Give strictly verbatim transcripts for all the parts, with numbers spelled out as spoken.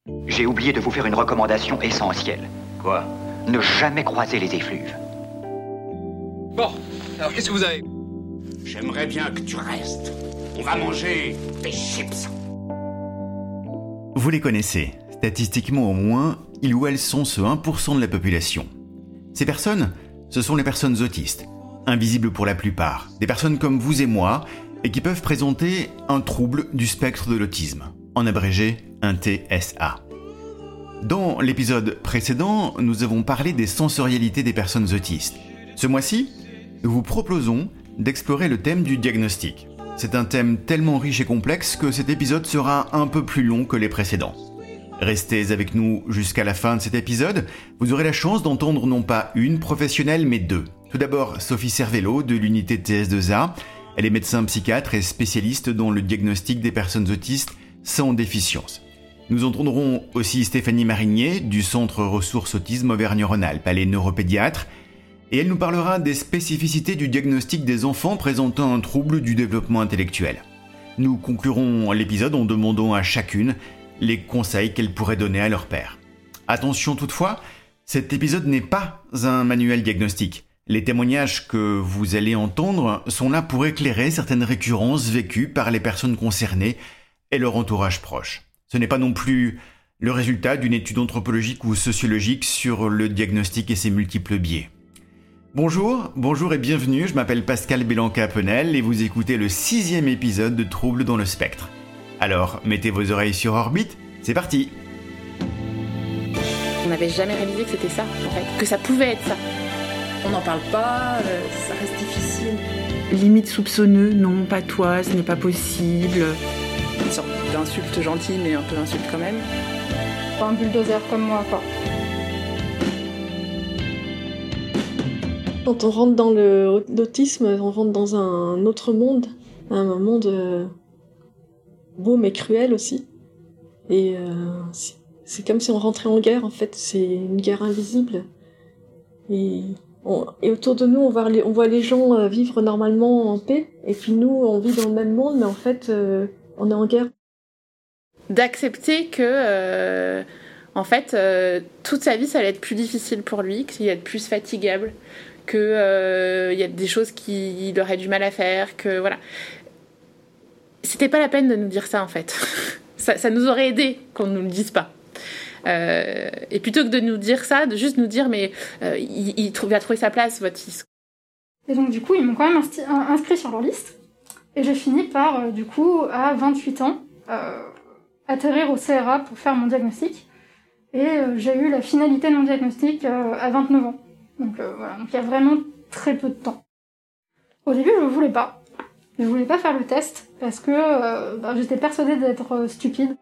J'ai oublié de vous faire une recommandation essentielle. Quoi? Ne jamais croiser les effluves. Bon, alors qu'est-ce que vous avez? J'aimerais bien que tu restes. On va manger des chips. Vous les connaissez. Statistiquement au moins, ils ou elles sont ce un pour cent de la population. Ces personnes, ce sont les personnes autistes, invisibles pour la plupart, des personnes comme vous et moi, et qui peuvent présenter un trouble du spectre de l'autisme, en abrégé un T S A. Dans l'épisode précédent, nous avons parlé des sensorialités des personnes autistes. Ce mois-ci, nous vous proposons d'explorer le thème du diagnostic. C'est un thème tellement riche et complexe que cet épisode sera un peu plus long que les précédents. Restez avec nous jusqu'à la fin de cet épisode, vous aurez la chance d'entendre non pas une professionnelle mais deux. Tout d'abord Sophie Cervello de l'unité T S deux A, elle est médecin psychiatre et spécialiste dans le diagnostic des personnes autistes sans déficience. Nous entendrons aussi Stéphanie Marigné du Centre Ressources Autisme Auvergne-Rhône-Alpes, elle est neuropédiatre, et elle nous parlera des spécificités du diagnostic des enfants présentant un trouble du développement intellectuel. Nous conclurons l'épisode en demandant à chacune les conseils qu'elle pourrait donner à leur père. Attention toutefois, cet épisode n'est pas un manuel diagnostique. Les témoignages que vous allez entendre sont là pour éclairer certaines récurrences vécues par les personnes concernées et leur entourage proche. Ce n'est pas non plus le résultat d'une étude anthropologique ou sociologique sur le diagnostic et ses multiples biais. Bonjour, bonjour et bienvenue, je m'appelle Pascal Belanca-Penel et vous écoutez le sixième épisode de Troubles dans le spectre. Alors, mettez vos oreilles sur orbite, c'est parti! On n'avait jamais réalisé que c'était ça, en fait, que ça pouvait être ça. On n'en parle pas, euh, ça reste difficile. Limite soupçonneux, non, pas toi, ce n'est pas possible. Une sorte d'insulte gentille, mais un peu d'insulte quand même. Pas un bulldozer comme moi, quoi. Quand on rentre dans le, l'autisme, on rentre dans un autre monde, un monde euh, beau mais cruel aussi. Et euh, c'est, c'est comme si on rentrait en guerre, en fait, c'est une guerre invisible. Et, on, et autour de nous, on voit les, on voit les gens euh, vivre normalement en paix, et puis nous, on vit dans le même monde, mais en fait, euh, on est en guerre. D'accepter que, euh, en fait, euh, toute sa vie, ça allait être plus difficile pour lui, qu'il allait être plus fatigable, qu'il euh, y a des choses qu'il aurait du mal à faire, que voilà. C'était pas la peine de nous dire ça, en fait. ça, ça nous aurait aidé qu'on ne nous le dise pas. Euh, et plutôt que de nous dire ça, de juste nous dire, mais euh, il, il, trouve, il a trouvé sa place, votre fils. Et donc, du coup, ils m'ont quand même insti- inscrit sur leur liste. Et j'ai fini par, euh, du coup, à vingt-huit ans, euh, atterrir au C R A pour faire mon diagnostic. Et euh, j'ai eu la finalité de mon diagnostic euh, à vingt-neuf ans. Donc euh, voilà, donc il y a vraiment très peu de temps. Au début, je voulais pas. Je voulais pas faire le test parce que euh, bah, j'étais persuadée d'être euh, stupide.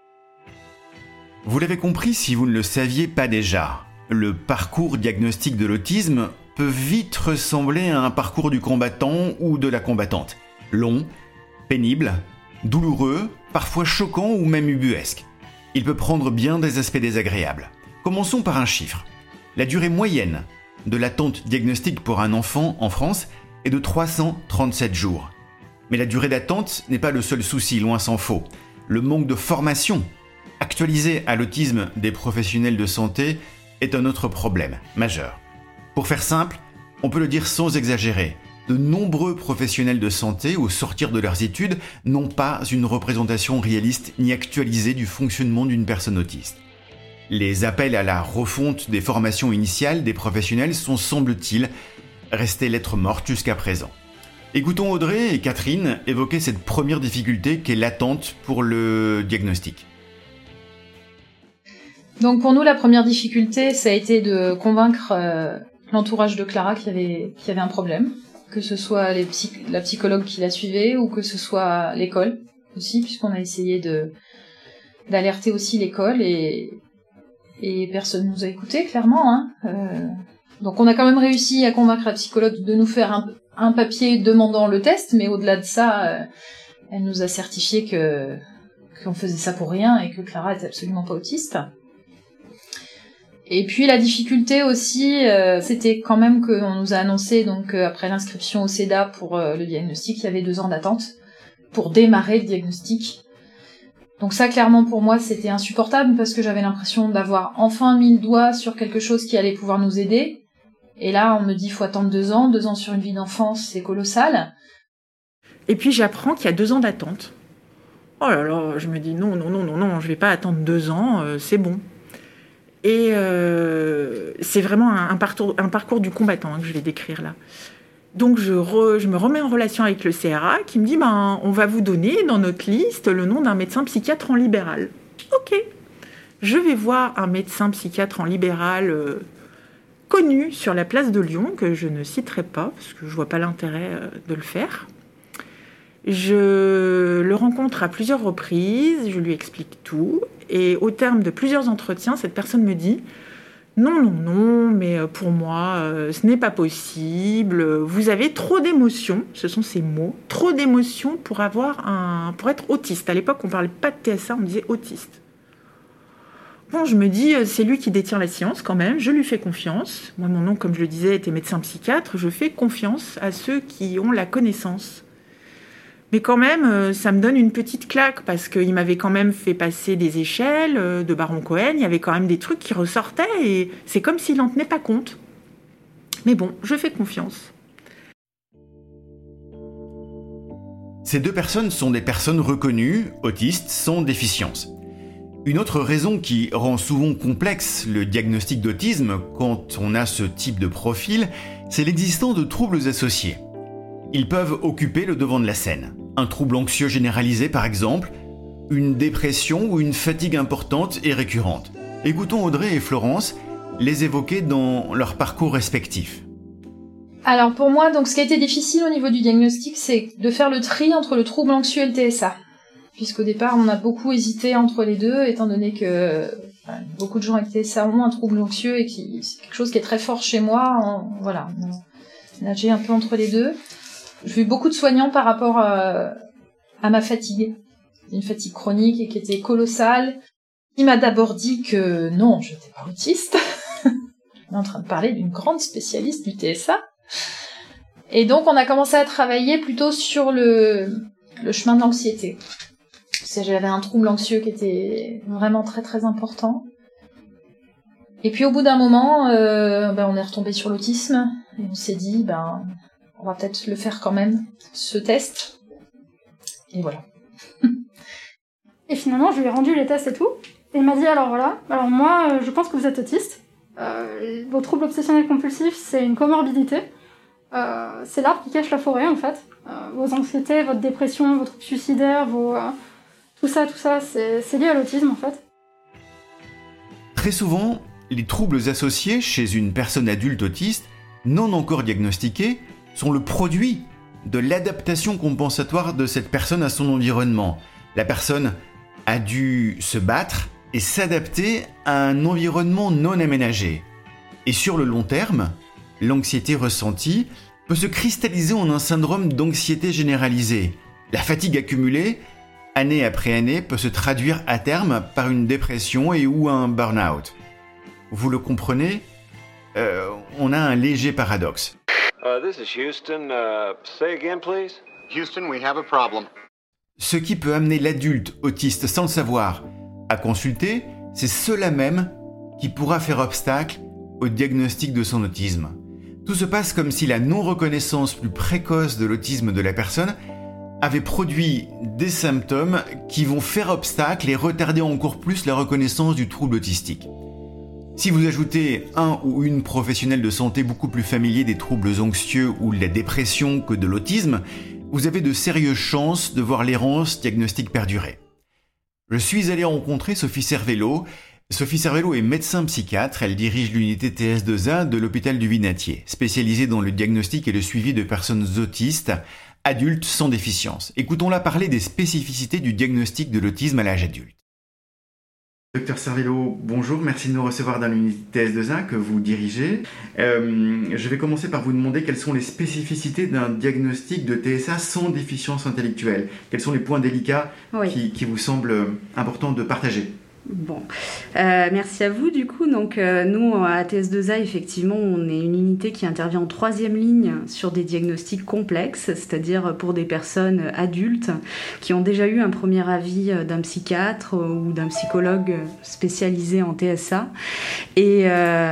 Vous l'avez compris si vous ne le saviez pas déjà. Le parcours diagnostique de l'autisme peut vite ressembler à un parcours du combattant ou de la combattante. Long, pénible, douloureux, parfois choquant ou même ubuesque. Il peut prendre bien des aspects désagréables. Commençons par un chiffre. La durée moyenne de l'attente diagnostique pour un enfant en France est de trois cent trente-sept jours. Mais la durée d'attente n'est pas le seul souci, loin s'en faut. Le manque de formation actualisée à l'autisme des professionnels de santé est un autre problème majeur. Pour faire simple, on peut le dire sans exagérer, de nombreux professionnels de santé, au sortir de leurs études, n'ont pas une représentation réaliste ni actualisée du fonctionnement d'une personne autiste. Les appels à la refonte des formations initiales des professionnels sont, semble-t-il, restés lettre morte jusqu'à présent. Écoutons Audrey et Catherine évoquer cette première difficulté qu'est l'attente pour le diagnostic. Donc pour nous, la première difficulté, ça a été de convaincre euh, l'entourage de Clara qu'il y avait, qu'il y avait un problème, que ce soit les psy- la psychologue qui la suivait ou que ce soit l'école aussi, puisqu'on a essayé de d'alerter aussi l'école et et personne nous a écoutés, clairement. Hein. Euh, donc on a quand même réussi à convaincre la psychologue de nous faire un, un papier demandant le test, mais au-delà de ça, euh, elle nous a certifié que qu'on faisait ça pour rien et que Clara était absolument pas autiste. Et puis la difficulté aussi, euh, c'était quand même qu'on nous a annoncé, donc euh, après l'inscription au C E D A pour euh, le diagnostic, il y avait deux ans d'attente pour démarrer le diagnostic. Donc ça, clairement, pour moi, c'était insupportable parce que j'avais l'impression d'avoir enfin mis le doigt sur quelque chose qui allait pouvoir nous aider. Et là, on me dit, faut attendre deux ans. Deux ans sur une vie d'enfance, c'est colossal. Et puis, j'apprends qu'il y a deux ans d'attente. Oh là là, je me dis, non, non, non, non, non, je vais pas attendre deux ans, euh, c'est bon. Et euh, c'est vraiment un, un, parcours, un parcours du combattant hein, que je vais décrire là. Donc, je, re, je me remets en relation avec le C R A qui me dit, ben, on va vous donner dans notre liste le nom d'un médecin psychiatre en libéral. Ok. Je vais voir un médecin psychiatre en libéral euh, connu sur la place de Lyon, que je ne citerai pas, parce que je vois pas l'intérêt euh, de le faire. Je le rencontre à plusieurs reprises, je lui explique tout, et au terme de plusieurs entretiens, cette personne me dit « Non, non, non, mais pour moi, euh, ce n'est pas possible, vous avez trop d'émotions », ce sont ces mots, « trop d'émotions pour, avoir un, pour être autiste ». À l'époque, on ne parlait pas de T S A, on disait « autiste ». Bon, je me dis, c'est lui qui détient la science quand même, je lui fais confiance. Moi, mon nom, comme je le disais, était médecin psychiatre, je fais confiance à ceux qui ont la connaissance. Mais quand même, ça me donne une petite claque parce qu'il m'avait quand même fait passer des échelles de Baron Cohen. Il y avait quand même des trucs qui ressortaient et c'est comme s'il n'en tenait pas compte. Mais bon, je fais confiance. Ces deux personnes sont des personnes reconnues, autistes, sans déficience. Une autre raison qui rend souvent complexe le diagnostic d'autisme quand on a ce type de profil, c'est l'existence de troubles associés. Ils peuvent occuper le devant de la scène. Un trouble anxieux généralisé par exemple, une dépression ou une fatigue importante et récurrente. Écoutons Audrey et Florence les évoquer dans leur parcours respectif. Alors pour moi, donc ce qui a été difficile au niveau du diagnostic, c'est de faire le tri entre le trouble anxieux et le T S A. Puisqu'au départ, on a beaucoup hésité entre les deux, étant donné que enfin, beaucoup de gens avec T S A ont un trouble anxieux et qui c'est quelque chose qui est très fort chez moi. On, voilà, on a nagé un peu entre les deux. J'ai eu beaucoup de soignants par rapport à, à ma fatigue. Une fatigue chronique et qui était colossale. Il m'a d'abord dit que non, je n'étais pas autiste. On est en train de parler d'une grande spécialiste du T S A. Et donc, on a commencé à travailler plutôt sur le, le chemin de l'anxiété. J'avais un trouble anxieux qui était vraiment très très important. Et puis au bout d'un moment, euh, ben, on est retombé sur l'autisme et on s'est dit, ben, on va peut-être le faire quand même, ce test. Et voilà. Et finalement, je lui ai rendu les tests et tout. Et il m'a dit, alors voilà, alors moi, je pense que vous êtes autiste. Euh, vos troubles obsessionnels compulsifs, c'est une comorbidité. Euh, c'est l'arbre qui cache la forêt, en fait. Euh, vos anxiétés, votre dépression, vos troubles suicidaires, vos... Euh, tout ça, tout ça, c'est, c'est lié à l'autisme, en fait. Très souvent, les troubles associés chez une personne adulte autiste, non encore diagnostiquée, sont le produit de l'adaptation compensatoire de cette personne à son environnement. La personne a dû se battre et s'adapter à un environnement non aménagé. Et sur le long terme, l'anxiété ressentie peut se cristalliser en un syndrome d'anxiété généralisée. La fatigue accumulée, année après année, peut se traduire à terme par une dépression et ou un burn-out. Vous le comprenez ? euh, On a un léger paradoxe. Uh, this is Houston. Uh, say again, please. Houston, we have a problem. Ce qui peut amener l'adulte autiste sans le savoir à consulter, c'est cela même qui pourra faire obstacle au diagnostic de son autisme. Tout se passe comme si la non-reconnaissance plus précoce de l'autisme de la personne avait produit des symptômes qui vont faire obstacle et retarder encore plus la reconnaissance du trouble autistique. Si vous ajoutez un ou une professionnelle de santé beaucoup plus familier des troubles anxieux ou de la dépression que de l'autisme, vous avez de sérieuses chances de voir l'errance diagnostique perdurer. Je suis allé rencontrer Sophie Cervello. Sophie Cervello est médecin psychiatre, elle dirige l'unité T S deux A de l'hôpital du Vinatier, spécialisée dans le diagnostic et le suivi de personnes autistes, adultes sans déficience. Écoutons-la parler des spécificités du diagnostic de l'autisme à l'âge adulte. Docteur Cervello, bonjour, merci de nous recevoir dans l'unité T S deux A que vous dirigez. Euh, je vais commencer par vous demander quelles sont les spécificités d'un diagnostic de T S A sans déficience intellectuelle. Quels sont les points délicats oui. qui, qui vous semblent importants de partager ? Bon, euh, merci à vous du coup. Donc euh, nous à T S deux A effectivement on est une unité qui intervient en troisième ligne sur des diagnostics complexes, c'est-à-dire pour des personnes adultes qui ont déjà eu un premier avis d'un psychiatre ou d'un psychologue spécialisé en T S A et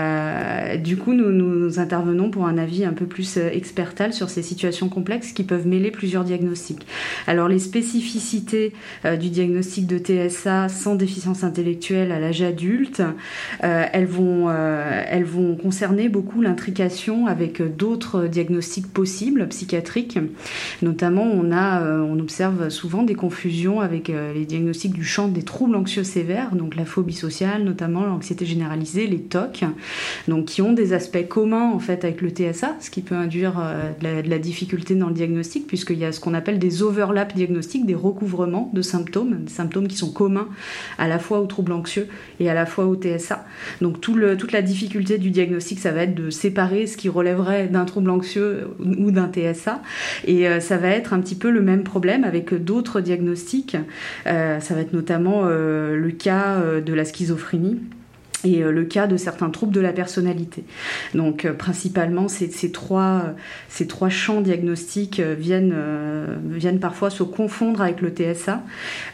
euh, du coup nous, nous intervenons pour un avis un peu plus expertal sur ces situations complexes qui peuvent mêler plusieurs diagnostics. Alors les spécificités euh, du diagnostic de T S A sans déficience intellectuelle à l'âge adulte, euh, elles, vont, euh, elles vont concerner beaucoup l'intrication avec d'autres diagnostics possibles psychiatriques. Notamment, on, a, euh, on observe souvent des confusions avec euh, les diagnostics du champ des troubles anxieux sévères, donc la phobie sociale, notamment l'anxiété généralisée, les T O C, donc qui ont des aspects communs en fait avec le T S A, ce qui peut induire euh, de, la, de la difficulté dans le diagnostic, puisqu'il y a ce qu'on appelle des overlaps diagnostiques, des recouvrements de symptômes, des symptômes qui sont communs à la fois aux troubles anxieux et à la fois au T S A. Donc tout le, toute la difficulté du diagnostic, ça va être de séparer ce qui relèverait d'un trouble anxieux ou d'un T S A. Et euh, ça va être un petit peu le même problème avec d'autres diagnostics. Euh, ça va être notamment euh, le cas euh, de la schizophrénie. Et le cas de certains troubles de la personnalité. Donc euh, principalement ces, ces, trois, ces trois champs diagnostiques viennent, euh, viennent parfois se confondre avec le T S A,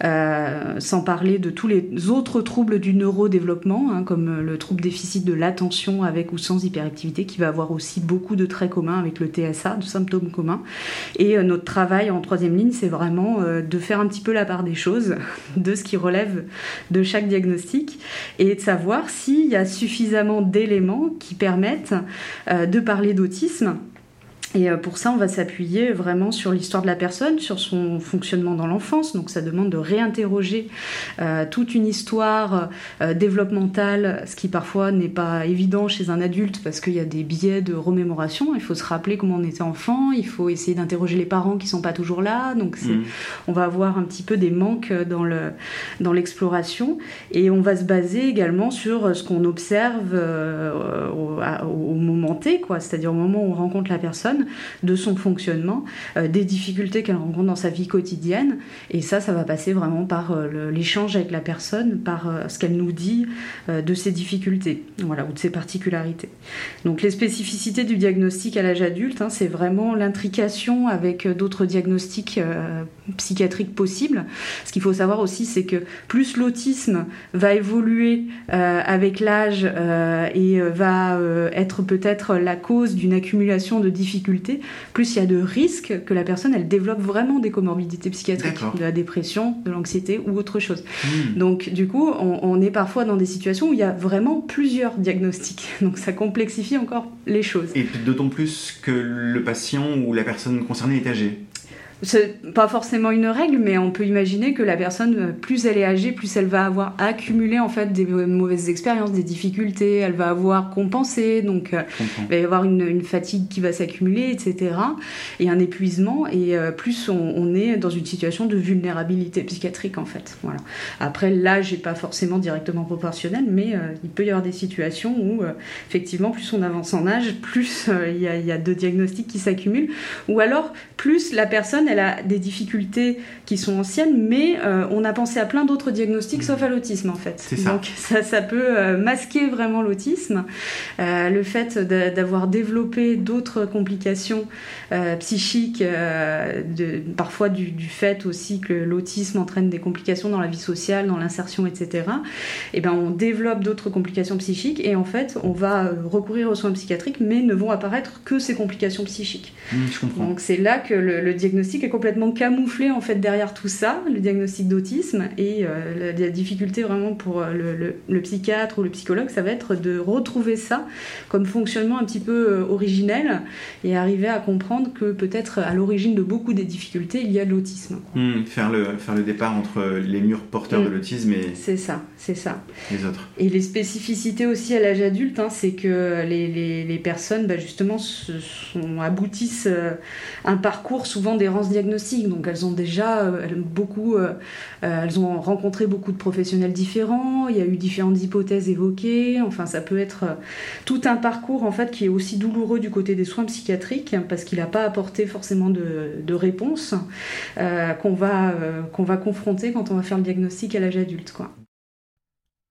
euh, sans parler de tous les autres troubles du neurodéveloppement, hein, comme le trouble déficit de l'attention avec ou sans hyperactivité, qui va avoir aussi beaucoup de traits communs avec le T S A, de symptômes communs. Et euh, notre travail en troisième ligne, c'est vraiment euh, de faire un petit peu la part des choses, de ce qui relève de chaque diagnostic, et de savoir s'il y a suffisamment d'éléments qui permettent euh, de parler d'autisme. Et pour ça, on va s'appuyer vraiment sur l'histoire de la personne, sur son fonctionnement dans l'enfance. Donc ça demande de réinterroger euh, toute une histoire euh, développementale, ce qui parfois n'est pas évident chez un adulte parce qu'il y a des biais de remémoration. Il faut se rappeler comment on était enfant, il faut essayer d'interroger les parents qui ne sont pas toujours là. Donc c'est, mmh. on va avoir un petit peu des manques dans, le, dans l'exploration. Et on va se baser également sur ce qu'on observe euh, au, au, au moment T, quoi. C'est-à-dire au moment où on rencontre la personne, de son fonctionnement, euh, des difficultés qu'elle rencontre dans sa vie quotidienne. Et ça, ça va passer vraiment par euh, le, l'échange avec la personne, par euh, ce qu'elle nous dit euh, de ses difficultés, voilà, ou de ses particularités. Donc les spécificités du diagnostic à l'âge adulte, hein, c'est vraiment l'intrication avec d'autres diagnostics euh, psychiatriques possibles. Ce qu'il faut savoir aussi, c'est que plus l'autisme va évoluer euh, avec l'âge euh, et va euh, être peut-être la cause d'une accumulation de difficultés, plus il y a de risques que la personne elle développe vraiment des comorbidités psychiatriques, D'accord. de la dépression, de l'anxiété ou autre chose. Mmh. Donc du coup, on, on est parfois dans des situations où il y a vraiment plusieurs diagnostics. Donc ça complexifie encore les choses. Et d'autant plus que le patient ou la personne concernée est âgée. C'est pas forcément une règle, mais on peut imaginer que la personne, plus elle est âgée, plus elle va avoir accumulé en fait des mauvaises expériences, des difficultés, elle va avoir compensé, donc euh, il va y avoir une, une fatigue qui va s'accumuler, et cetera. Et un épuisement, et euh, plus on, on est dans une situation de vulnérabilité psychiatrique en fait. Voilà. Après, l'âge n'est pas forcément directement proportionnel, mais euh, il peut y avoir des situations où euh, effectivement, plus on avance en âge, plus euh, il y a, y a de diagnostics qui s'accumulent, ou alors plus la personne elle a des difficultés qui sont anciennes, mais euh, on a pensé à plein d'autres diagnostics, sauf à l'autisme en fait. C'est ça. Donc ça, ça peut euh, masquer vraiment l'autisme. Euh, le fait de, d'avoir développé d'autres complications euh, psychiques, euh, de, parfois du, du fait aussi que l'autisme entraîne des complications dans la vie sociale, dans l'insertion, et cetera. Et ben on développe d'autres complications psychiques et en fait on va recourir aux soins psychiatriques, mais ne vont apparaître que ces complications psychiques. Mmh, je comprends. Donc c'est là que le, le diagnostic est complètement camouflé en fait derrière tout ça, le diagnostic d'autisme, et euh, la, la difficulté vraiment pour le, le, le psychiatre ou le psychologue, ça va être de retrouver ça comme fonctionnement un petit peu euh, originel et arriver à comprendre que peut-être à l'origine de beaucoup des difficultés il y a de l'autisme. Mmh, faire, le, faire le départ entre les murs porteurs mmh. de l'autisme et c'est ça, c'est ça. les autres. Et les spécificités aussi à l'âge adulte, hein, c'est que les, les, les personnes bah, justement se sont, aboutissent euh, un parcours souvent d'errance diagnostique, donc elles ont déjà euh, beaucoup, euh, euh, elles ont rencontré beaucoup de professionnels différents, il y a eu différentes hypothèses évoquées, enfin ça peut être euh, tout un parcours en fait qui est aussi douloureux du côté des soins psychiatriques parce qu'il n'a pas apporté forcément de, de réponse euh, qu'on va, euh, qu'on va confronter quand on va faire le diagnostic à l'âge adulte, quoi.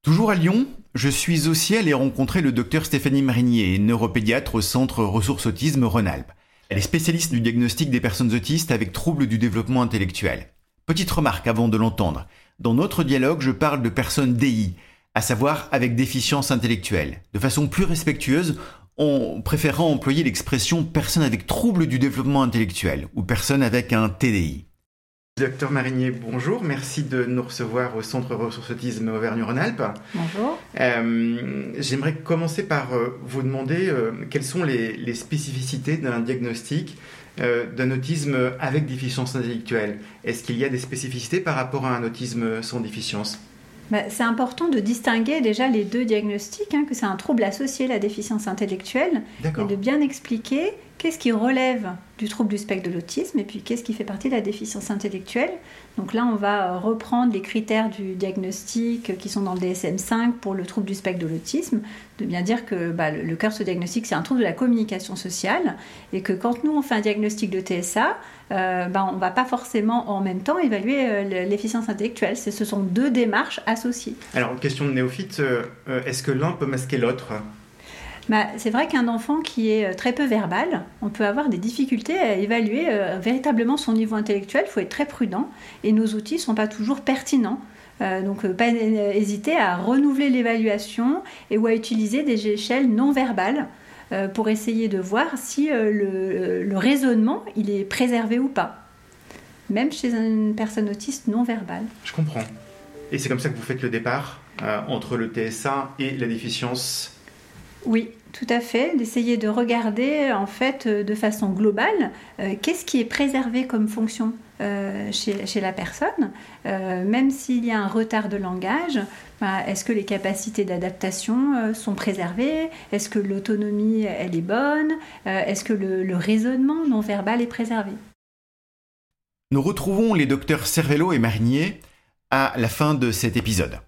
Toujours à Lyon, je suis aussi allé rencontrer le docteur Stéphanie Marinier, neuropédiatre au Centre Ressources Autisme Rhône-Alpes. Elle est spécialiste du diagnostic des personnes autistes avec troubles du développement intellectuel. Petite remarque avant de l'entendre. Dans notre dialogue, je parle de personnes D I, à savoir avec déficience intellectuelle. De façon plus respectueuse, on préférera employer l'expression personne avec trouble du développement intellectuel ou personne avec un T D I. Docteur Marinier, bonjour. Merci de nous recevoir au Centre Ressources Autisme Auvergne-Rhône-Alpes. Bonjour. Euh, j'aimerais commencer par euh, vous demander euh, quelles sont les, les spécificités d'un diagnostic euh, d'un autisme avec déficience intellectuelle. Est-ce qu'il y a des spécificités par rapport à un autisme sans déficience ? Bah, c'est important de distinguer déjà les deux diagnostics, hein, que c'est un trouble associé à la déficience intellectuelle, D'accord. et de bien expliquer qu'est-ce qui relève du trouble du spectre de l'autisme et puis qu'est-ce qui fait partie de la déficience intellectuelle. Donc là, on va reprendre les critères du diagnostic qui sont dans le D S M cinq pour le trouble du spectre de l'autisme, de bien dire que bah, le, le cœur de ce diagnostic, c'est un trouble de la communication sociale et que quand nous, on fait un diagnostic de T S A, euh, bah, on ne va pas forcément en même temps évaluer euh, l'efficience intellectuelle. C'est, ce sont deux démarches associées. Alors, question de néophyte, euh, est-ce que l'un peut masquer l'autre ? Bah, c'est vrai qu'un enfant qui est très peu verbal, on peut avoir des difficultés à évaluer euh, véritablement son niveau intellectuel. Il faut être très prudent et nos outils ne sont pas toujours pertinents. Euh, donc, euh, pas hésiter à renouveler l'évaluation et ou à utiliser des échelles non verbales euh, pour essayer de voir si euh, le, le raisonnement il est préservé ou pas, même chez une personne autiste non verbale. Je comprends. Et c'est comme ça que vous faites le départ euh, entre le T S A et la déficience ? Oui, tout à fait, d'essayer de regarder en fait de façon globale euh, qu'est-ce qui est préservé comme fonction euh, chez, chez la personne, euh, même s'il y a un retard de langage, bah, est-ce que les capacités d'adaptation euh, sont préservées, est-ce que l'autonomie elle est bonne, euh, est-ce que le, le raisonnement non verbal est préservé. Nous retrouvons les docteurs Cervello et Marinier à la fin de cet épisode.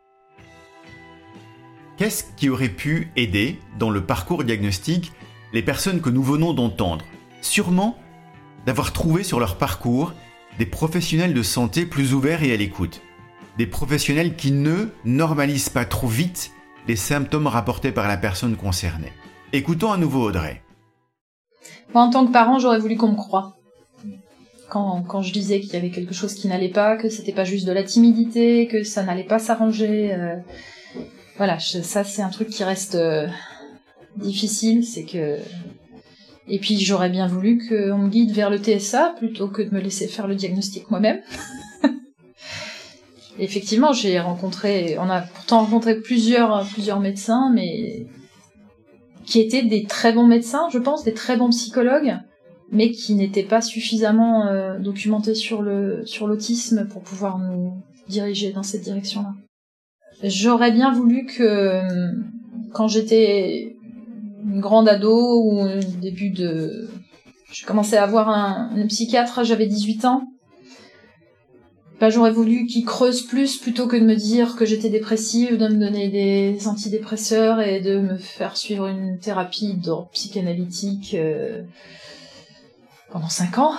Qu'est-ce qui aurait pu aider, dans le parcours diagnostic, les personnes que nous venons d'entendre ? Sûrement d'avoir trouvé sur leur parcours des professionnels de santé plus ouverts et à l'écoute. Des professionnels qui ne normalisent pas trop vite les symptômes rapportés par la personne concernée. Écoutons à nouveau Audrey. Moi, en tant que parent, j'aurais voulu qu'on me croie. Quand, quand je disais qu'il y avait quelque chose qui n'allait pas, que c'était pas juste de la timidité, que ça n'allait pas s'arranger... Euh... Voilà, ça c'est un truc qui reste euh, difficile, c'est que... Et puis j'aurais bien voulu qu'on me guide vers le T S A plutôt que de me laisser faire le diagnostic moi-même. Effectivement, j'ai rencontré, on a pourtant rencontré plusieurs, plusieurs médecins, mais qui étaient des très bons médecins, je pense, des très bons psychologues, mais qui n'étaient pas suffisamment euh, documentés sur le, sur l'autisme pour pouvoir nous diriger dans cette direction-là. J'aurais bien voulu que, quand j'étais une grande ado ou au début de... Je commençais à avoir un, un psychiatre, j'avais dix-huit ans, bah, j'aurais voulu qu'il creuse plus plutôt que de me dire que j'étais dépressive, de me donner des antidépresseurs et de me faire suivre une thérapie d'ordre psychanalytique euh, pendant cinq ans.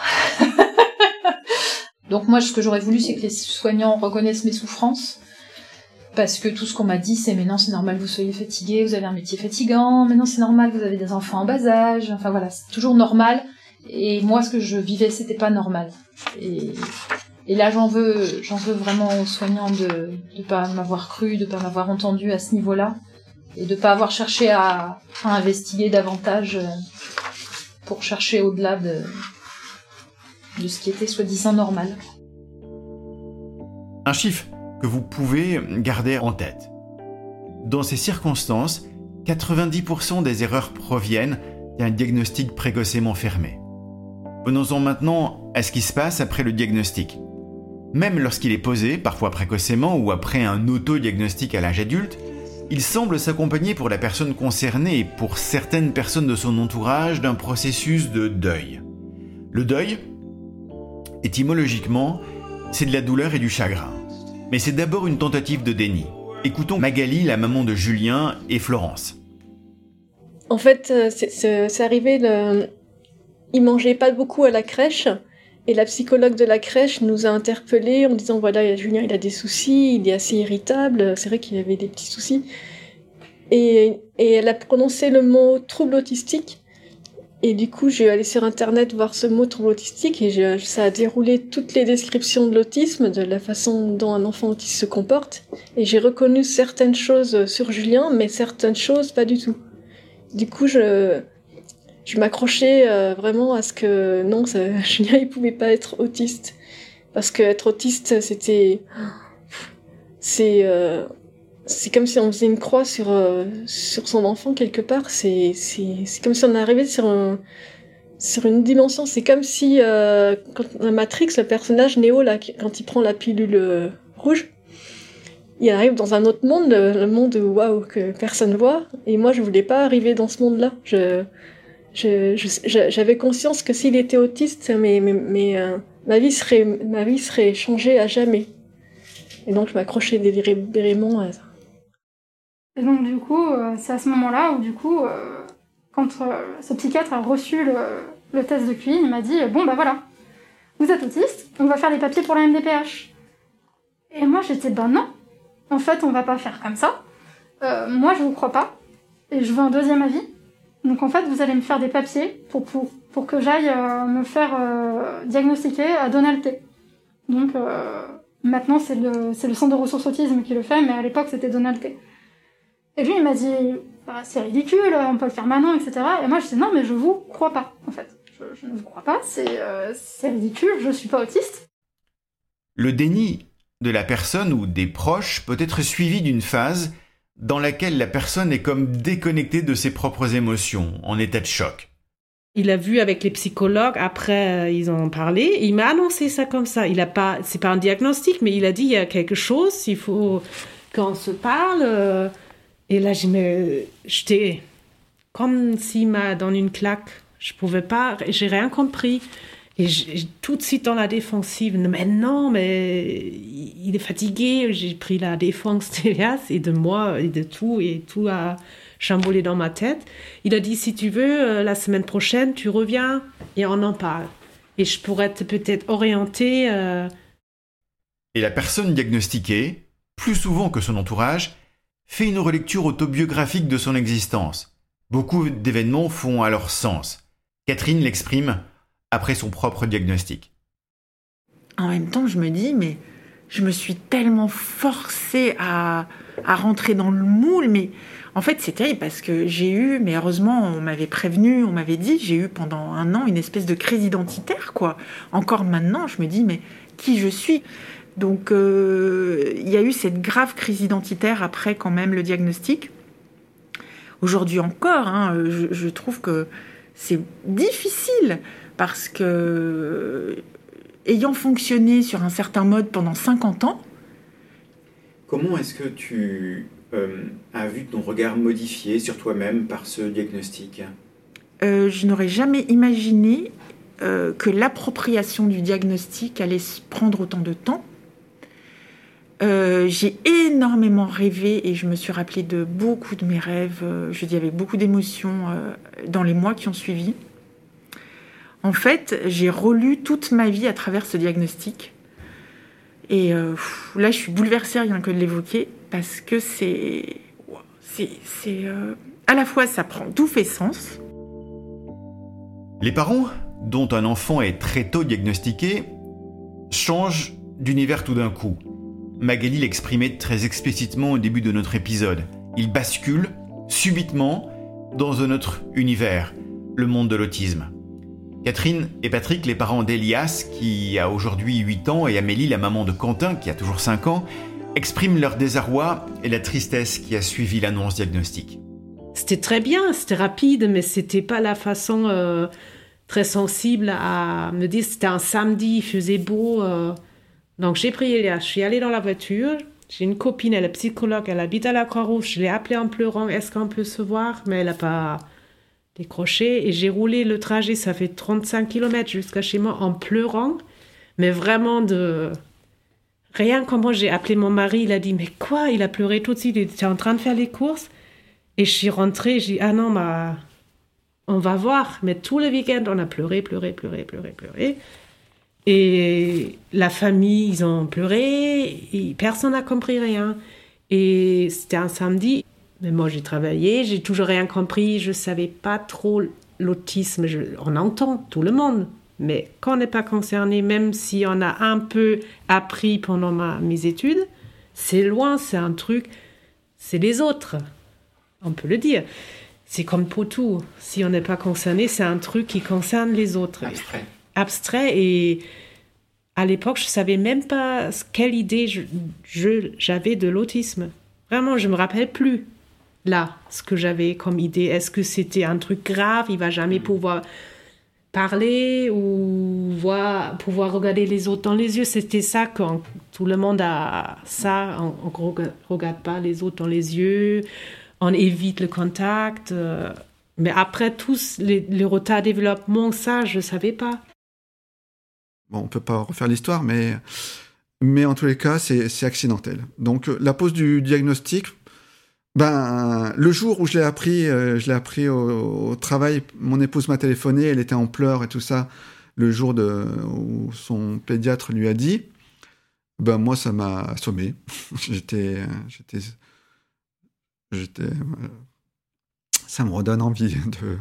Donc moi, ce que j'aurais voulu, c'est que les soignants reconnaissent mes souffrances. Parce que tout ce qu'on m'a dit, c'est « mais non, c'est normal que vous soyez fatigué, vous avez un métier fatigant, mais non, c'est normal, vous avez des enfants en bas âge », enfin voilà, c'est toujours normal. Et moi, ce que je vivais, c'était pas normal. Et, et là, j'en veux, j'en veux vraiment aux soignants de ne pas m'avoir cru, de pas m'avoir entendu à ce niveau-là, et de pas avoir cherché à, à investiguer davantage pour chercher au-delà de, de ce qui était soi-disant normal. Un chiffre que vous pouvez garder en tête. Dans ces circonstances, quatre-vingt-dix pour cent des erreurs proviennent d'un diagnostic précocement fermé. Venons-en maintenant à ce qui se passe après le diagnostic. Même lorsqu'il est posé, parfois précocement ou après un auto-diagnostic à l'âge adulte, il semble s'accompagner pour la personne concernée et pour certaines personnes de son entourage d'un processus de deuil. Le deuil, étymologiquement, c'est de la douleur et du chagrin. Mais c'est d'abord une tentative de déni. Écoutons Magali, la maman de Julien et Florence. En fait, c'est, c'est, c'est arrivé, le... il mangeait pas beaucoup à la crèche, Et la psychologue de la crèche nous a interpellés en disant voilà, Julien, il a des soucis, il est assez irritable, c'est vrai qu'il avait des petits soucis. Et, et elle a prononcé le mot trouble autistique. Et du coup, j'ai allé sur Internet voir ce mot trouble autistique et je, ça a déroulé toutes les descriptions de l'autisme, de la façon dont un enfant autiste se comporte. Et j'ai reconnu certaines choses sur Julien, mais certaines choses pas du tout. Du coup, je, je m'accrochais euh, vraiment à ce que non, ça, Julien, il pouvait pas être autiste. Parce que être autiste, c'était... C'est... Euh, C'est comme si on faisait une croix sur, euh, sur son enfant quelque part. C'est, c'est, c'est comme si on arrivait sur, un, sur une dimension. C'est comme si, euh, quand, dans Matrix, le personnage Neo, là, quand il prend la pilule euh, rouge, il arrive dans un autre monde, le, le monde waouh, que personne voit. Et moi, je voulais pas arriver dans ce monde-là. Je, je, je, j'avais conscience que s'il était autiste, mais, mais, mais, euh, ma vie serait, ma vie serait changée à jamais. Et donc, je m'accrochais délibérément à ça. Et donc du coup, euh, c'est à ce moment-là où du coup, euh, quand euh, ce psychiatre a reçu le, le test de Q I, il m'a dit « Bon bah voilà, vous êtes autiste, on va faire les papiers pour la M D P H. » Et moi j'étais « Ben non, en fait on va pas faire comme ça, euh, moi je vous crois pas, et je veux un deuxième avis, donc en fait vous allez me faire des papiers pour, pour, pour que j'aille euh, me faire euh, diagnostiquer à Donald T. » Donc euh, maintenant c'est le, c'est le centre de ressources autisme qui le fait, mais à l'époque c'était Donald T. Et lui, il m'a dit, bah, c'est ridicule, on peut le faire maintenant, et cetera. Et moi, je dis, non, mais je vous crois pas, en fait. Je, je ne vous crois pas, c'est, euh, c'est ridicule, je suis pas autiste. Le déni de la personne ou des proches peut être suivi d'une phase dans laquelle la personne est comme déconnectée de ses propres émotions, en état de choc. Il a vu avec les psychologues, après euh, ils en ont parlé, et il m'a annoncé ça comme ça. Il a pas, c'est pas un diagnostic, mais il a dit, il y a quelque chose, il faut qu'on se parle... Euh, Et là, je me, j'étais comme s'il m'a donné une claque. Je pouvais pas, j'ai rien compris. Et j'ai, tout de suite dans la défensive. Mais non, mais il est fatigué. J'ai pris la défense d'Elias et de moi et de tout. Et tout a chamboulé dans ma tête. Il a dit, si tu veux, la semaine prochaine, tu reviens et on en parle. Et je pourrais te peut-être orienter. Euh... Et la personne diagnostiquée, plus souvent que son entourage, fait une relecture autobiographique de son existence. Beaucoup d'événements font alors sens. Catherine l'exprime après son propre diagnostic. En même temps, je me dis, mais je me suis tellement forcée à, à rentrer dans le moule, mais en fait, c'est terrible parce que j'ai eu, mais heureusement, on m'avait prévenu, on m'avait dit, j'ai eu pendant un an une espèce de crise identitaire, quoi. Encore maintenant, je me dis, mais qui je suis ? Donc, euh, il y a eu cette grave crise identitaire après quand même le diagnostic. Aujourd'hui encore, hein, je, je trouve que c'est difficile parce que, ayant fonctionné sur un certain mode pendant cinquante ans... Comment est-ce que tu euh, as vu ton regard modifié sur toi-même par ce diagnostic ? euh, Je n'aurais jamais imaginé euh, que l'appropriation du diagnostic allait prendre autant de temps. Euh, j'ai énormément rêvé et je me suis rappelé de beaucoup de mes rêves, euh, je dis avec beaucoup d'émotions, euh, dans les mois qui ont suivi. En fait, j'ai relu toute ma vie à travers ce diagnostic. Et euh, pff, là, je suis bouleversée rien que de l'évoquer parce que c'est... c'est, c'est euh, à la fois, ça prend, tout fait sens. Les parents, dont un enfant est très tôt diagnostiqué, changent d'univers tout d'un coup. Magali l'exprimait très explicitement au début de notre épisode. Il bascule, subitement, dans un autre univers, le monde de l'autisme. Catherine et Patrick, les parents d'Elias, qui a aujourd'hui huit ans, et Amélie, la maman de Quentin, qui a toujours cinq ans, expriment leur désarroi et la tristesse qui a suivi l'annonce diagnostique. C'était très bien, c'était rapide, mais c'était pas la façon euh, très sensible à me dire. C'était un samedi, il faisait beau... Euh... Donc j'ai pris Elias, je suis allée dans la voiture, j'ai une copine, elle est psychologue, elle habite à la Croix-Rouge, je l'ai appelée en pleurant, est-ce qu'on peut se voir ? Mais elle n'a pas décroché et j'ai roulé le trajet, ça fait trente-cinq kilomètres jusqu'à chez moi en pleurant, mais vraiment de... Rien comment j'ai appelé mon mari, il a dit « Mais quoi ?» Il a pleuré tout de suite, il était en train de faire les courses et je suis rentrée, j'ai dit « Ah non, bah, on va voir ». Mais tout le week-end, on a pleuré, pleuré, pleuré, pleuré, pleuré. Et la famille, ils ont pleuré, et personne n'a compris rien. Et c'était un samedi, mais moi j'ai travaillé, j'ai toujours rien compris, je savais pas trop l'autisme. Je, on entend tout le monde, mais quand on n'est pas concerné, même si on a un peu appris pendant ma, mes études, c'est loin, c'est un truc, c'est les autres, on peut le dire. C'est comme pour tout, si on n'est pas concerné, c'est un truc qui concerne les autres. Abstrait. Abstrait, et à l'époque, je ne savais même pas quelle idée je, je, j'avais de l'autisme. Vraiment, je ne me rappelle plus, là, ce que j'avais comme idée. Est-ce que c'était un truc grave, il ne va jamais pouvoir parler ou voir, pouvoir regarder les autres dans les yeux? C'était ça, quand tout le monde a ça, on ne regarde pas les autres dans les yeux, on évite le contact. Mais après, tous les, les retards de développement, ça, je ne savais pas. Bon, on ne peut pas refaire l'histoire, mais, mais en tous les cas, c'est, c'est accidentel. Donc, la pose du diagnostic, ben, le jour où je l'ai appris, euh, je l'ai appris au, au travail, mon épouse m'a téléphoné, elle était en pleurs et tout ça, le jour de, où son pédiatre lui a dit, ben, moi, ça m'a assommé. j'étais, j'étais, j'étais, euh, ça me redonne envie de,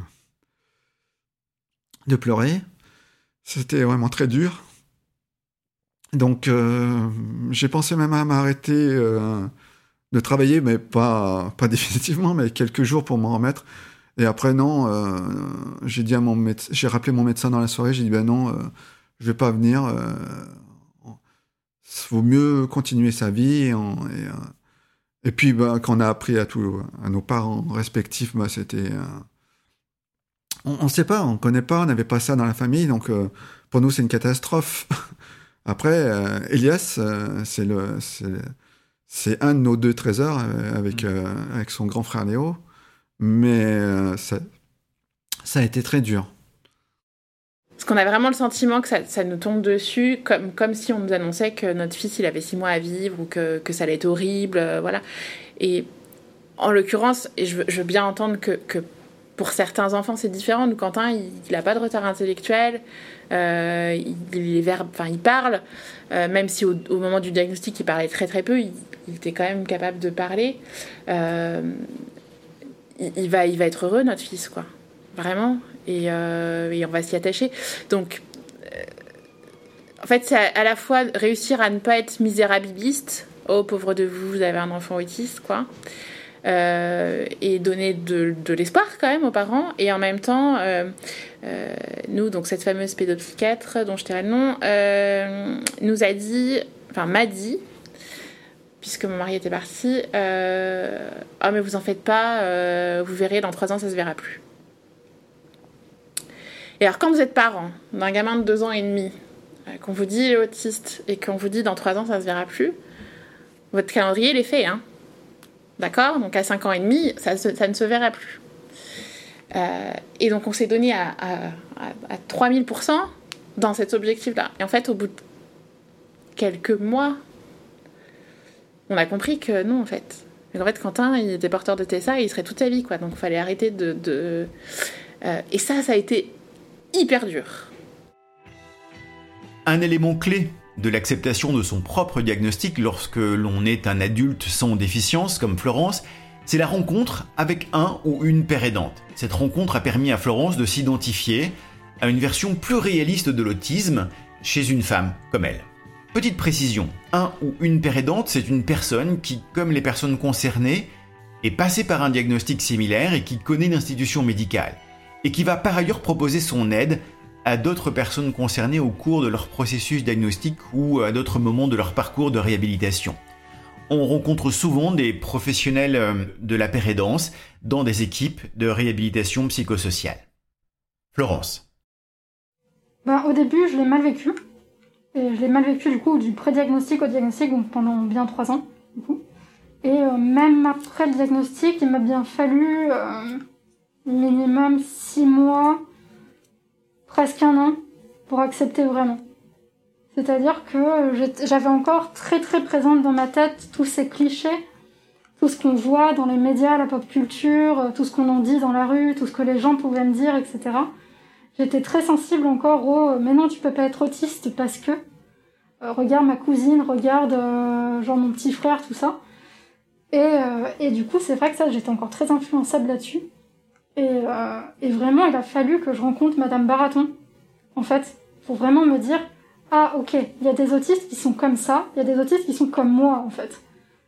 de pleurer. C'était vraiment très dur. Donc, euh, j'ai pensé même à m'arrêter euh, de travailler, mais pas, pas définitivement, mais quelques jours pour m'en remettre. Et après, non, euh, j'ai dit à mon médecin, j'ai rappelé mon médecin dans la soirée, j'ai dit, ben non, euh, je vais pas venir. Il euh, vaut mieux continuer sa vie. Et, on, et, euh, et puis, ben, quand on a appris à, tout, à nos parents respectifs, ben, c'était... Euh, on ne sait pas, on ne connaît pas, on n'avait pas ça dans la famille, donc euh, pour nous, c'est une catastrophe. Après, euh, Elias, euh, c'est, le, c'est, c'est un de nos deux trésors euh, avec, euh, avec son grand frère Léo, mais euh, ça, ça a été très dur. Parce qu'on a vraiment le sentiment que ça, ça nous tombe dessus, comme, comme si on nous annonçait que notre fils, il avait six mois à vivre, ou que, que ça allait être horrible, euh, voilà. Et en l'occurrence, et je, veux, je veux bien entendre que... que pour certains enfants, c'est différent. Nous, Quentin, il n'a pas de retard intellectuel. Euh, il, il, est verbe, enfin, il parle. Euh, même si au, au moment du diagnostic, il parlait très très peu, il, il était quand même capable de parler. Euh, il, il, va, il va être heureux, notre fils, quoi. Vraiment. Et, euh, et on va s'y attacher. Donc, euh, en fait, c'est à, à la fois réussir à ne pas être misérabiliste. Oh, pauvre de vous, vous avez un enfant autiste, quoi. Euh, et donner de, de l'espoir quand même aux parents, et en même temps euh, euh, nous, donc cette fameuse pédopsychiatre dont je tairai le nom, euh, nous a dit, enfin m'a dit, puisque mon mari était parti, euh, ah mais vous en faites pas, euh, vous verrez, dans trois ans ça se verra plus. Et alors quand vous êtes parent d'un gamin de deux ans et demi, euh, qu'on vous dit il est autiste et qu'on vous dit dans trois ans ça se verra plus, votre calendrier il est fait, hein. D'accord ? Donc à cinq ans et demi, ça, ça ne se verra plus. Euh, et donc on s'est donné à, à, à, à trois mille pour cent dans cet objectif-là. Et en fait, au bout de quelques mois, on a compris que non, en fait. Et en fait, Quentin, il était porteur de T S A et il serait toute sa vie, quoi. Donc il fallait arrêter de... de... Euh, et ça, ça a été hyper dur. Un élément clé de l'acceptation de son propre diagnostic lorsque l'on est un adulte sans déficience comme Florence, c'est la rencontre avec un ou une père aidante. Cette rencontre a permis à Florence de s'identifier à une version plus réaliste de l'autisme chez une femme comme elle. Petite précision, un ou une père aidante, c'est une personne qui, comme les personnes concernées, est passée par un diagnostic similaire et qui connaît l'institution médicale, et qui va par ailleurs proposer son aide à d'autres personnes concernées au cours de leur processus diagnostique ou à d'autres moments de leur parcours de réhabilitation. On rencontre souvent des professionnels de la pérédance dans des équipes de réhabilitation psychosociale. Florence. Ben, au début, je l'ai mal vécu. Et je l'ai mal vécu du coup du pré-diagnostic au diagnostic, donc pendant bien trois ans. Du coup. Et euh, même après le diagnostic, il m'a bien fallu euh, minimum six mois, presque un an, pour accepter vraiment. C'est-à-dire que j'avais encore très très présente dans ma tête tous ces clichés, tout ce qu'on voit dans les médias, la pop culture, tout ce qu'on en dit dans la rue, tout ce que les gens pouvaient me dire, et cetera. j'étais très sensible encore au « mais non, tu peux pas être autiste parce que euh, regarde ma cousine, regarde euh, genre mon petit frère, tout ça ». Et, euh, et du coup, c'est vrai que ça, j'étais encore très influençable là-dessus. Et, euh, et vraiment, il a fallu que je rencontre Madame Baraton, en fait, pour vraiment me dire « ah, ok, il y a des autistes qui sont comme ça, il y a des autistes qui sont comme moi, en fait ».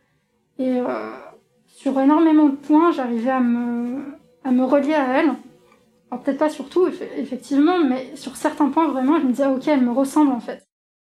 Et euh, sur énormément de points, j'arrivais à me, à me relier à elle. Alors peut-être pas sur tout, effectivement, mais sur certains points, vraiment, je me disais ah, « ok, elle me ressemble, en fait ».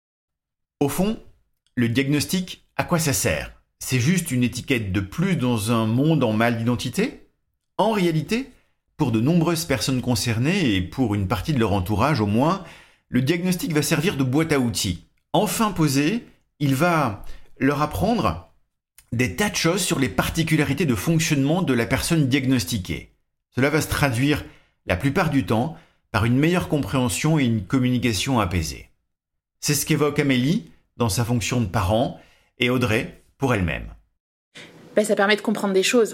Au fond, le diagnostic, à quoi ça sert ? C'est juste une étiquette de plus dans un monde en mal d'identité ? En réalité, pour de nombreuses personnes concernées et pour une partie de leur entourage au moins, le diagnostic va servir de boîte à outils. Enfin posé, il va leur apprendre des tas de choses sur les particularités de fonctionnement de la personne diagnostiquée. Cela va se traduire, la plupart du temps, par une meilleure compréhension et une communication apaisée. C'est ce qu'évoque Amélie dans sa fonction de parent et Audrey pour elle-même. Ben, ça permet de comprendre des choses.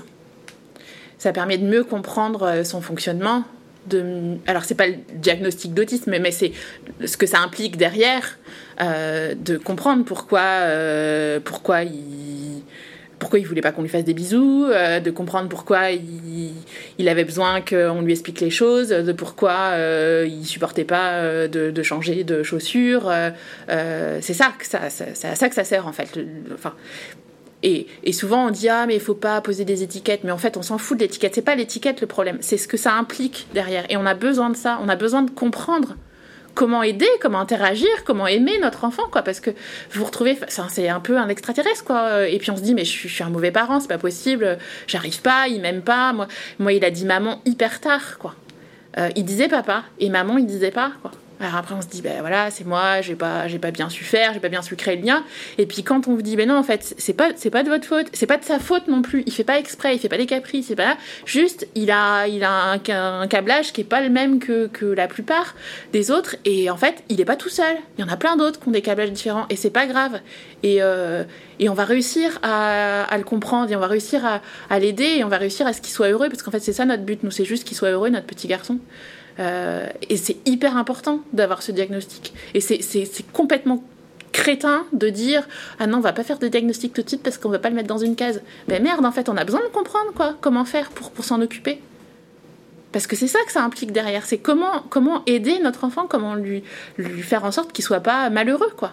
Ça permet de mieux comprendre son fonctionnement. De... Alors, c'est pas le diagnostic d'autisme, mais, mais c'est ce que ça implique derrière, euh, de comprendre pourquoi, euh, pourquoi il... pourquoi il voulait pas qu'on lui fasse des bisous, euh, de comprendre pourquoi il, il avait besoin qu'on lui explique les choses, de pourquoi euh, il supportait pas euh, de, de changer de chaussures. Euh, euh, c'est ça que ça, ça, c'est à ça que ça sert en fait. Le, le, enfin, et, et souvent on dit ah mais il faut pas poser des étiquettes, mais en fait on s'en fout de l'étiquette. C'est pas l'étiquette le problème, c'est ce que ça implique derrière. Et on a besoin de ça, on a besoin de comprendre comment aider, comment interagir, comment aimer notre enfant, quoi, parce que vous vous retrouvez, c'est un peu un extraterrestre, quoi, et puis on se dit, mais je suis, je suis un mauvais parent, c'est pas possible, j'arrive pas, il m'aime pas, moi, moi il a dit maman hyper tard, quoi. Euh, il disait papa, et maman il disait pas, quoi. Alors après on se dit ben voilà c'est moi j'ai pas j'ai pas bien su faire j'ai pas bien su créer le lien et puis quand on vous dit ben non en fait c'est pas c'est pas de votre faute c'est pas de sa faute non plus il fait pas exprès il fait pas des caprices c'est pas juste il a il a un, un câblage qui est pas le même que que la plupart des autres et en fait il est pas tout seul il y en a plein d'autres qui ont des câblages différents et c'est pas grave et euh, et on va réussir à, à le comprendre et on va réussir à, à l'aider et on va réussir à ce qu'il soit heureux parce qu'en fait c'est ça notre but nous c'est juste qu'il soit heureux notre petit garçon. Euh, et c'est hyper important d'avoir ce diagnostic. Et c'est, c'est, c'est complètement crétin de dire « Ah non, on va pas faire de diagnostic tout de suite parce qu'on va pas le mettre dans une case. » Ben merde, en fait, on a besoin de comprendre quoi, comment faire pour, pour s'en occuper. Parce que c'est ça que ça implique derrière. C'est comment, comment aider notre enfant, comment lui, lui faire en sorte qu'il soit pas malheureux, quoi.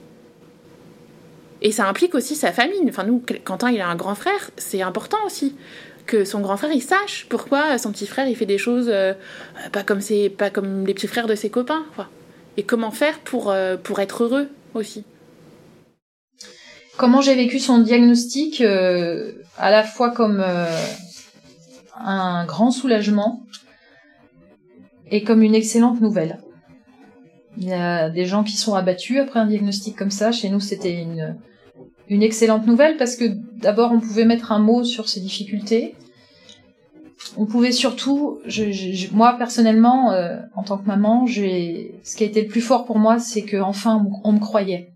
Et ça implique aussi sa famille. Enfin, nous, Quentin, il a un grand frère, c'est important aussi. Que son grand frère il sache pourquoi son petit frère il fait des choses euh, pas comme ses, pas comme les petits frères de ses copains quoi. Et comment faire pour euh, pour être heureux aussi. Comment j'ai vécu son diagnostic euh, à la fois comme euh, un grand soulagement et comme une excellente nouvelle. Il y a des gens qui sont abattus après un diagnostic comme ça. Chez nous c'était une Une excellente nouvelle parce que d'abord on pouvait mettre un mot sur ses difficultés. On pouvait surtout, je, je, moi personnellement, euh, en tant que maman, j'ai, ce qui a été le plus fort pour moi, c'est que enfin on me croyait.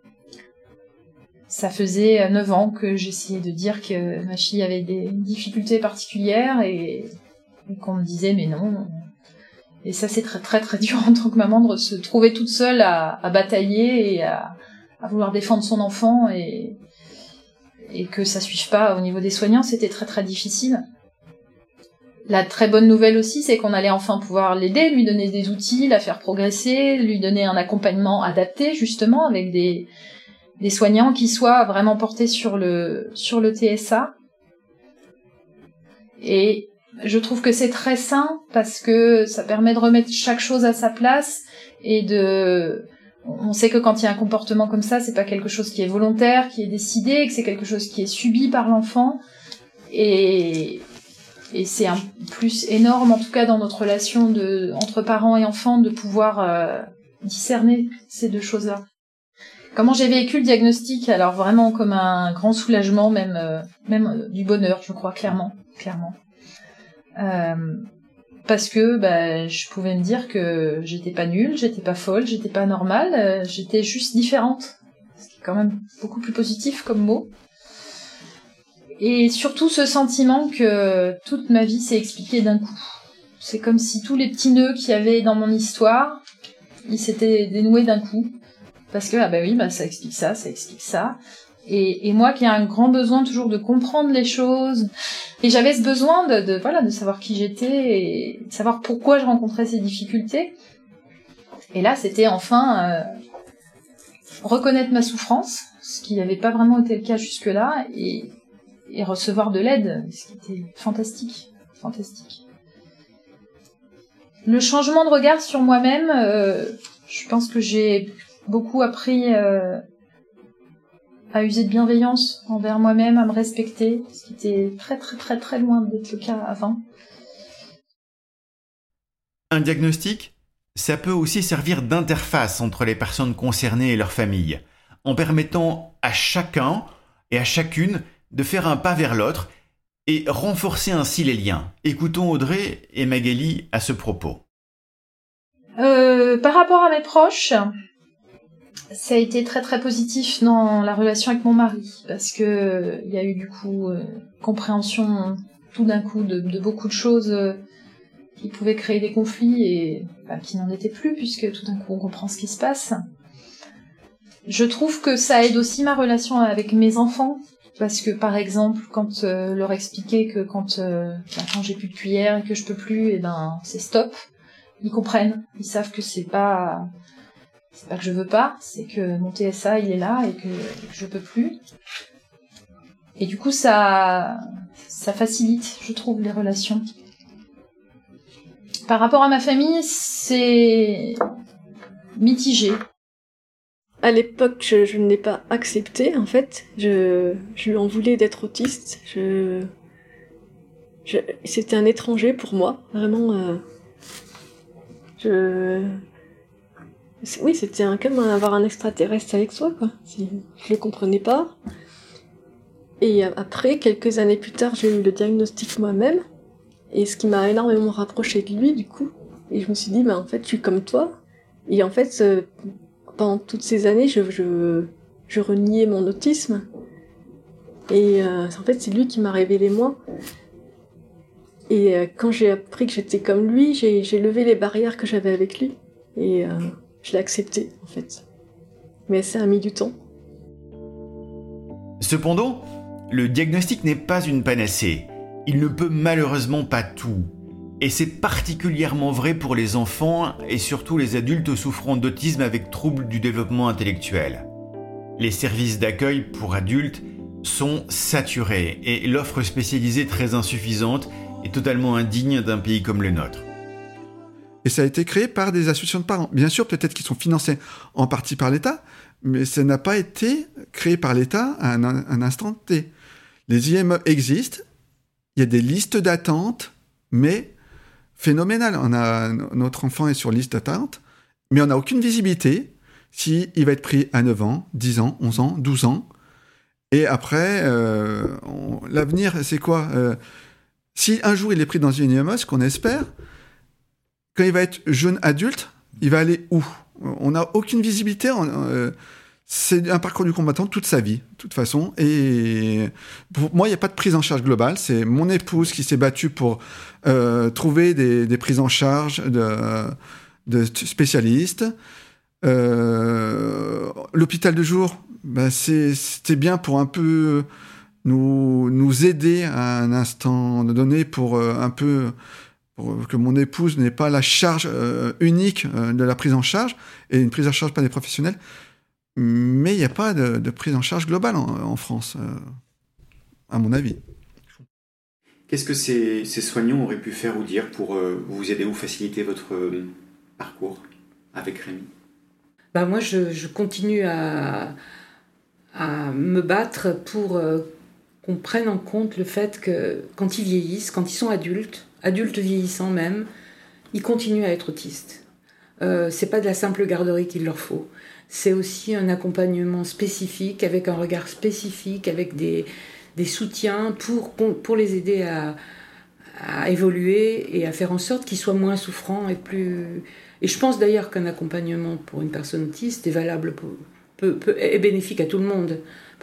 Ça faisait neuf ans que j'essayais de dire que ma fille avait des difficultés particulières et, et qu'on me disait mais non. Et ça c'est très très très dur en tant que maman de se trouver toute seule à, à batailler et à à vouloir défendre son enfant et, et que ça suive pas au niveau des soignants, c'était très très difficile. La très bonne nouvelle aussi, c'est qu'on allait enfin pouvoir l'aider, lui donner des outils, la faire progresser, lui donner un accompagnement adapté justement avec des, des soignants qui soient vraiment portés sur le, sur le T S A. Et je trouve que c'est très sain parce que ça permet de remettre chaque chose à sa place et de... On sait que quand il y a un comportement comme ça, c'est pas quelque chose qui est volontaire, qui est décidé, que c'est quelque chose qui est subi par l'enfant. Et, et c'est un plus énorme, en tout cas dans notre relation de, entre parents et enfants, de pouvoir euh, discerner ces deux choses-là. Comment j'ai vécu le diagnostic ? Alors vraiment comme un grand soulagement, même, euh, même euh, du bonheur, je crois, clairement. clairement. Euh, Parce que bah, je pouvais me dire que j'étais pas nulle, j'étais pas folle, j'étais pas normale, euh, j'étais juste différente. Ce qui est quand même beaucoup plus positif comme mot. Et surtout ce sentiment que toute ma vie s'est expliquée d'un coup. c'est comme si tous les petits nœuds qu'il y avait dans mon histoire, ils s'étaient dénoués d'un coup. Parce que, ah bah oui, bah ça explique ça, ça explique ça. Et, et moi qui ai un grand besoin toujours de comprendre les choses, et j'avais ce besoin de, de, voilà, de savoir qui j'étais, et de savoir pourquoi je rencontrais ces difficultés. Et là, c'était enfin euh, reconnaître ma souffrance, ce qui n'avait pas vraiment été le cas jusque-là, et, et recevoir de l'aide, ce qui était fantastique, fantastique. Le changement de regard sur moi-même, euh, je pense que j'ai beaucoup appris euh, à user de bienveillance envers moi-même, à me respecter, ce qui était très très très très loin d'être le cas avant. Un diagnostic, ça peut aussi servir d'interface entre les personnes concernées et leurs familles, en permettant à chacun et à chacune de faire un pas vers l'autre et renforcer ainsi les liens. Écoutons Audrey et Magali à ce propos. Euh, par rapport à mes proches, ça a été très très positif dans la relation avec mon mari, parce que il y a eu du coup euh, compréhension tout d'un coup de, de beaucoup de choses euh, qui pouvaient créer des conflits et bah, qui n'en étaient plus, puisque tout d'un coup on comprend ce qui se passe. Je trouve que ça aide aussi ma relation avec mes enfants, parce que par exemple quand euh, leur expliquer que quand, euh, bah, quand j'ai plus de cuillère et que je peux plus, et ben c'est stop, ils comprennent, ils savent que c'est pas c'est pas que je veux pas, c'est que mon T S A il est là et que, et que je peux plus. Et du coup ça ça facilite, je trouve, les relations. Par rapport à ma famille, c'est mitigé. À l'époque, je, je ne l'ai pas accepté, en fait. Je, je lui en voulais d'être autiste. Je, je, c'était un étranger pour moi, vraiment. Euh, je, oui, c'était un, comme avoir un extraterrestre avec soi, quoi. Je le comprenais pas. Et après, quelques années plus tard, j'ai eu le diagnostic moi-même. Et ce qui m'a énormément rapprochée de lui, du coup. Et je me suis dit, bah, en fait, je suis comme toi. Et en fait, euh, pendant toutes ces années, je, je, je reniais mon autisme. Et euh, en fait, c'est lui qui m'a révélé moi. Et euh, quand j'ai appris que j'étais comme lui, j'ai, j'ai levé les barrières que j'avais avec lui. Et euh, je l'ai accepté, en fait. Mais ça a mis du temps. Cependant, le diagnostic n'est pas une panacée. Il ne peut malheureusement pas tout. Et c'est particulièrement vrai pour les enfants et surtout les adultes souffrant d'autisme avec troubles du développement intellectuel. Les services d'accueil pour adultes sont saturés et l'offre spécialisée très insuffisante est totalement indigne d'un pays comme le nôtre. Et ça a été créé par des associations de parents. Bien sûr, peut-être qu'ils sont financés en partie par l'État, mais ça n'a pas été créé par l'État à un, un instant T. Les I M E existent, il y a des listes d'attente, mais phénoménal. On a, notre enfant est sur liste d'attente, mais on n'a aucune visibilité s'il va être pris à neuf ans, dix ans, onze ans, douze ans. Et après, euh, on, l'avenir, c'est quoi euh, si un jour il est pris dans une I M E, ce qu'on espère, quand il va être jeune adulte, il va aller où? On n'a aucune visibilité. On, euh, c'est un parcours du combattant toute sa vie, de toute façon. Et pour moi, il n'y a pas de prise en charge globale. C'est mon épouse qui s'est battue pour euh, trouver des, des prises en charge de, de spécialistes. Euh, l'hôpital de jour, ben c'est, c'était bien pour un peu nous, nous aider à un instant donné pour euh, un peu... pour que mon épouse n'ait pas la charge euh, unique euh, de la prise en charge, et une prise en charge par des professionnels. Mais il n'y a pas de, de prise en charge globale en, en France, euh, à mon avis. Qu'est-ce que ces, ces soignants auraient pu faire ou dire pour euh, vous aider ou faciliter votre euh, parcours avec Rémi? Bah moi, je, je continue à, à me battre pour euh, qu'on prenne en compte le fait que quand ils vieillissent, quand ils sont adultes, adultes vieillissants même, ils continuent à être autistes. Euh, c'est pas de la simple garderie qu'il leur faut. C'est aussi un accompagnement spécifique, avec un regard spécifique, avec des, des soutiens pour, pour les aider à, à évoluer et à faire en sorte qu'ils soient moins souffrants et plus... Et je pense d'ailleurs qu'un accompagnement pour une personne autiste est valable, pour, peut, peut, est bénéfique à tout le monde.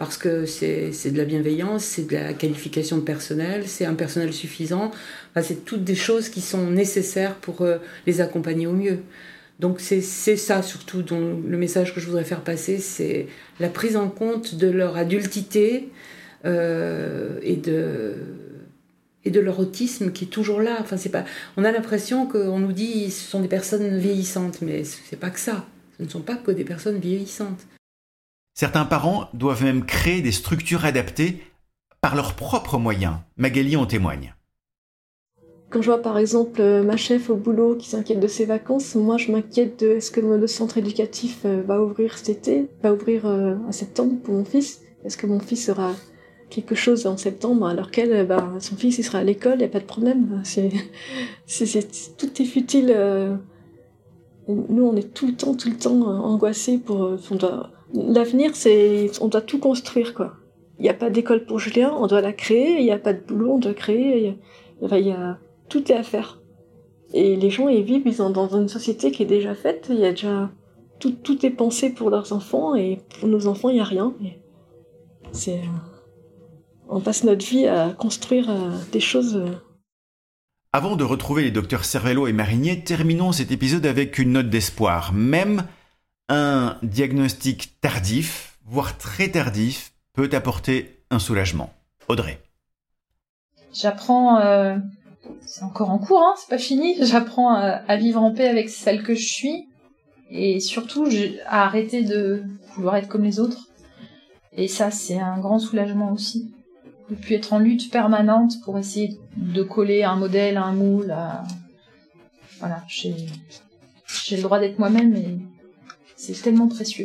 parce que c'est, c'est de la bienveillance, c'est de la qualification de personnel, c'est un personnel suffisant. Enfin, c'est toutes des choses qui sont nécessaires pour euh, les accompagner au mieux. Donc c'est, c'est ça surtout dont le message que je voudrais faire passer, c'est la prise en compte de leur adultité euh, et de... et de leur autisme qui est toujours là. Enfin, c'est pas... On a l'impression qu'on nous dit que ce sont des personnes vieillissantes, mais c'est pas que ça. Ce ne sont pas que des personnes vieillissantes. Certains parents doivent même créer des structures adaptées par leurs propres moyens. Magali en témoigne. Quand je vois par exemple ma chef au boulot qui s'inquiète de ses vacances, moi je m'inquiète de est-ce que le centre éducatif va ouvrir cet été, va ouvrir en septembre pour mon fils. Est-ce que mon fils aura quelque chose en septembre alors qu'elle, bah, son fils il sera à l'école, il n'y a pas de problème. C'est, c'est, c'est, tout est futile. Nous on est tout le temps, tout le temps angoissés pour... On doit, l'avenir c'est... On doit tout construire quoi. Il n'y a pas d'école pour Julien, on doit la créer. Il n'y a pas de boulot, on doit créer. Il y a, enfin, il y a, tout est à faire. Et les gens ils vivent, ils sont dans une société qui est déjà faite. Il y a déjà... Tout, tout est pensé pour leurs enfants et pour nos enfants il n'y a rien. Et c'est... On passe notre vie à construire euh, des choses. Euh... Avant de retrouver les docteurs Cervello et Marinier, terminons cet épisode avec une note d'espoir. Même un diagnostic tardif, voire très tardif, peut apporter un soulagement. Audrey. J'apprends, euh, c'est encore en cours, hein, c'est pas fini, j'apprends à, à vivre en paix avec celle que je suis et surtout à arrêter de vouloir être comme les autres. Et ça, c'est un grand soulagement aussi. De plus être en lutte permanente pour essayer de coller un modèle, un moule. À... Voilà, j'ai... j'ai le droit d'être moi-même et c'est tellement précieux.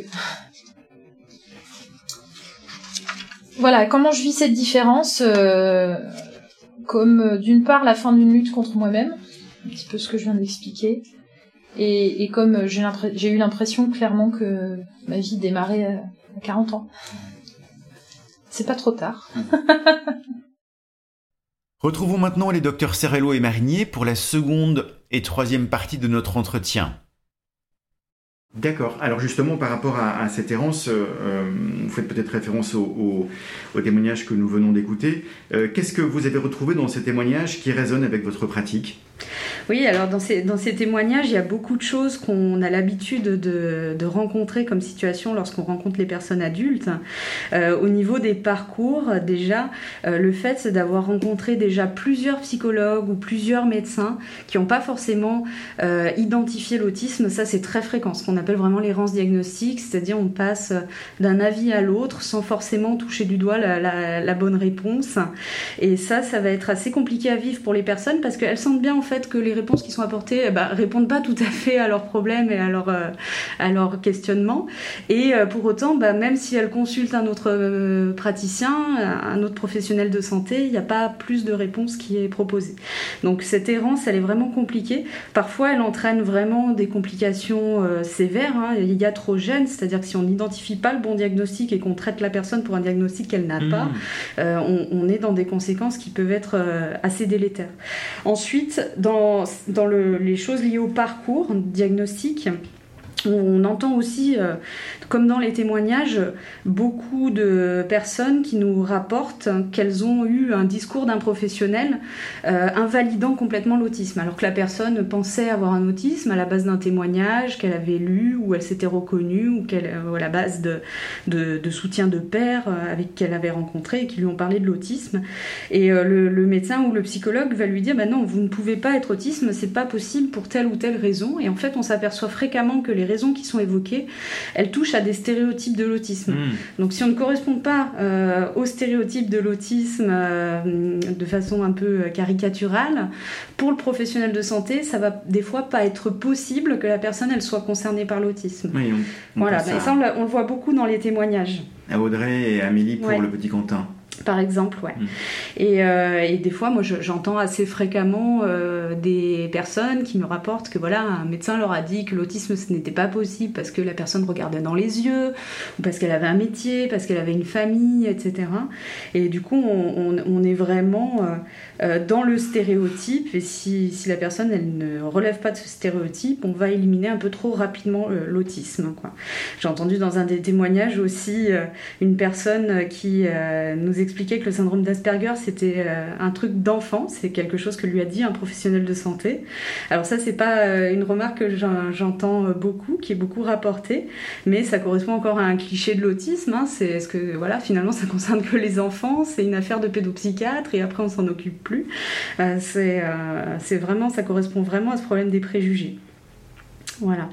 Voilà, comment je vis cette différence euh, comme euh, d'une part la fin d'une lutte contre moi-même, un petit peu ce que je viens d'expliquer, et, et comme j'ai, j'ai eu l'impression clairement que ma vie démarrait à, à quarante ans. C'est pas trop tard. Retrouvons maintenant les docteurs Cervello et Marinier pour la seconde et troisième partie de notre entretien. D'accord. Alors justement, par rapport à, à cette errance, euh, vous faites peut-être référence au, au, au témoignage que nous venons d'écouter. Euh, qu'est-ce que vous avez retrouvé dans ces témoignages qui résonnent avec votre pratique ? Oui, alors dans ces, dans ces témoignages, il y a beaucoup de choses qu'on a l'habitude de, de rencontrer comme situation lorsqu'on rencontre les personnes adultes. Euh, au niveau des parcours, déjà, euh, le fait c'est d'avoir rencontré déjà plusieurs psychologues ou plusieurs médecins qui n'ont pas forcément euh, identifié l'autisme, ça c'est très fréquent, ce qu'on appelle vraiment l'errance diagnostique, c'est-à-dire on passe d'un avis à l'autre sans forcément toucher du doigt la, la, la bonne réponse. Et ça, ça va être assez compliqué à vivre pour les personnes parce qu'elles sentent bien en fait que les réponses qui sont apportées eh ben, répondent pas tout à fait à leurs problèmes et à leurs euh, à leurs questionnements. Et euh, pour autant, bah, même si elles consultent un autre euh, praticien, un autre professionnel de santé, il n'y a pas plus de réponse qui est proposée. Donc cette errance, elle est vraiment compliquée. Parfois, elle entraîne vraiment des complications euh, sévères, hein, iatrogènes, c'est-à-dire que si on n'identifie pas le bon diagnostic et qu'on traite la personne pour un diagnostic qu'elle n'a mmh. pas, euh, on, on est dans des conséquences qui peuvent être euh, assez délétères. Ensuite, dans, dans le, les choses liées au parcours diagnostic, on entend aussi, euh, comme dans les témoignages, beaucoup de personnes qui nous rapportent qu'elles ont eu un discours d'un professionnel euh, invalidant complètement l'autisme, alors que la personne pensait avoir un autisme à la base d'un témoignage qu'elle avait lu, ou elle s'était reconnue, ou qu'elle, euh, à la base de, de, de soutien de pairs euh, avec qu'elle avait rencontré et qui lui ont parlé de l'autisme. Et euh, le, le médecin ou le psychologue va lui dire bah non, vous ne pouvez pas être autisme, c'est pas possible pour telle ou telle raison. Et en fait, on s'aperçoit fréquemment que les raisons qui sont évoquées, elles touchent à des stéréotypes de l'autisme. Mmh. Donc si on ne correspond pas euh, aux stéréotypes de l'autisme euh, de façon un peu caricaturale, pour le professionnel de santé, ça va des fois pas être possible que la personne elle soit concernée par l'autisme. Oui, on, on voilà, ça, ben, ça on, on le voit beaucoup dans les témoignages. À Audrey et Amélie pour ouais. le petit Quentin. Par exemple, ouais. Mmh. Et, euh, et des fois, moi, je, j'entends assez fréquemment euh, des personnes qui me rapportent que voilà, un médecin leur a dit que l'autisme, ce n'était pas possible parce que la personne regardait dans les yeux, ou parce qu'elle avait un métier, parce qu'elle avait une famille, et cetera. Et du coup, on, on, on est vraiment euh, dans le stéréotype. Et si, si la personne, elle ne relève pas de ce stéréotype, on va éliminer un peu trop rapidement euh, l'autisme, quoi. J'ai entendu dans un des témoignages aussi euh, une personne qui euh, nous explique expliquait que le syndrome d'Asperger, c'était euh, un truc d'enfant, c'est quelque chose que lui a dit un professionnel de santé. Alors ça, c'est pas euh, une remarque que j'en, j'entends beaucoup, qui est beaucoup rapportée, mais ça correspond encore à un cliché de l'autisme. Hein, c'est est-ce que voilà, finalement, ça concerne que les enfants, c'est une affaire de pédopsychiatre et après on s'en occupe plus. Euh, c'est, euh, c'est vraiment, ça correspond vraiment à ce problème des préjugés. Voilà.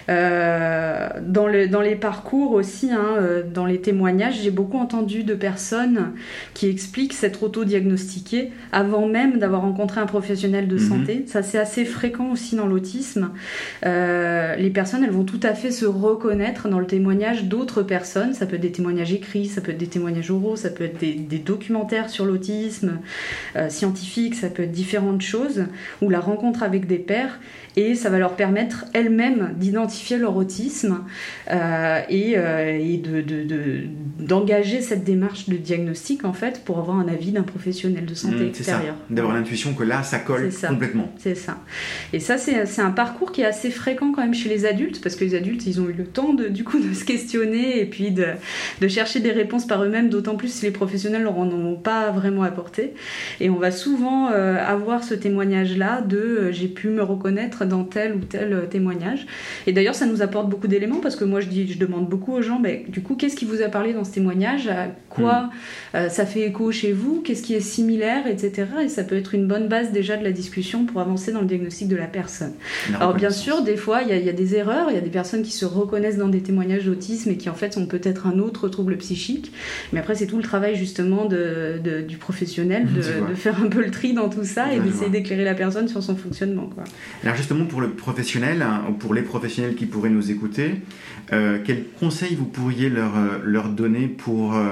Euh, dans, le, dans les parcours aussi, hein, euh, dans les témoignages, j'ai beaucoup entendu de personnes qui expliquent s'être auto-diagnostiquées avant même d'avoir rencontré un professionnel de santé. Mm-hmm. Ça, c'est assez fréquent aussi dans l'autisme. Euh, les personnes, elles vont tout à fait se reconnaître dans le témoignage d'autres personnes. Ça peut être des témoignages écrits, ça peut être des témoignages oraux, ça peut être des, des documentaires sur l'autisme, euh, scientifiques, ça peut être différentes choses, ou la rencontre avec des pairs. Et ça va leur permettre elles-mêmes d'identifier leur autisme euh, et, euh, et de, de, de, d'engager cette démarche de diagnostic en fait pour avoir un avis d'un professionnel de santé mmh, extérieur. C'est ça, d'avoir ouais. l'intuition que là ça colle c'est ça. complètement. C'est ça. Et ça c'est, c'est un parcours qui est assez fréquent quand même chez les adultes parce que les adultes ils ont eu le temps de, du coup de se questionner et puis de, de chercher des réponses par eux-mêmes, d'autant plus si les professionnels leur en ont pas vraiment apporté. Et on va souvent euh, avoir ce témoignage-là de euh, j'ai pu me reconnaître dans tel ou tel témoignage. Et d'ailleurs, ça nous apporte beaucoup d'éléments parce que moi, je, dis, je demande beaucoup aux gens, ben, du coup, qu'est-ce qui vous a parlé dans ce témoignage ? À quoi mmh. euh, ça fait écho chez vous ? Qu'est-ce qui est similaire, et cetera. Et ça peut être une bonne base déjà de la discussion pour avancer dans le diagnostic de la personne. La Alors, bien sûr, des fois, il y, y a des erreurs. Il y a des personnes qui se reconnaissent dans des témoignages d'autisme et qui, en fait, ont peut-être un autre trouble psychique. Mais après, c'est tout le travail, justement, de, de, du professionnel de, de faire un peu le tri dans tout ça et d'essayer d'éclairer la personne sur son fonctionnement, quoi. Alors, justement, pour le professionnel, hein, pour les professionnels qui pourraient nous écouter, euh, quels conseils vous pourriez leur, leur donner pour, euh,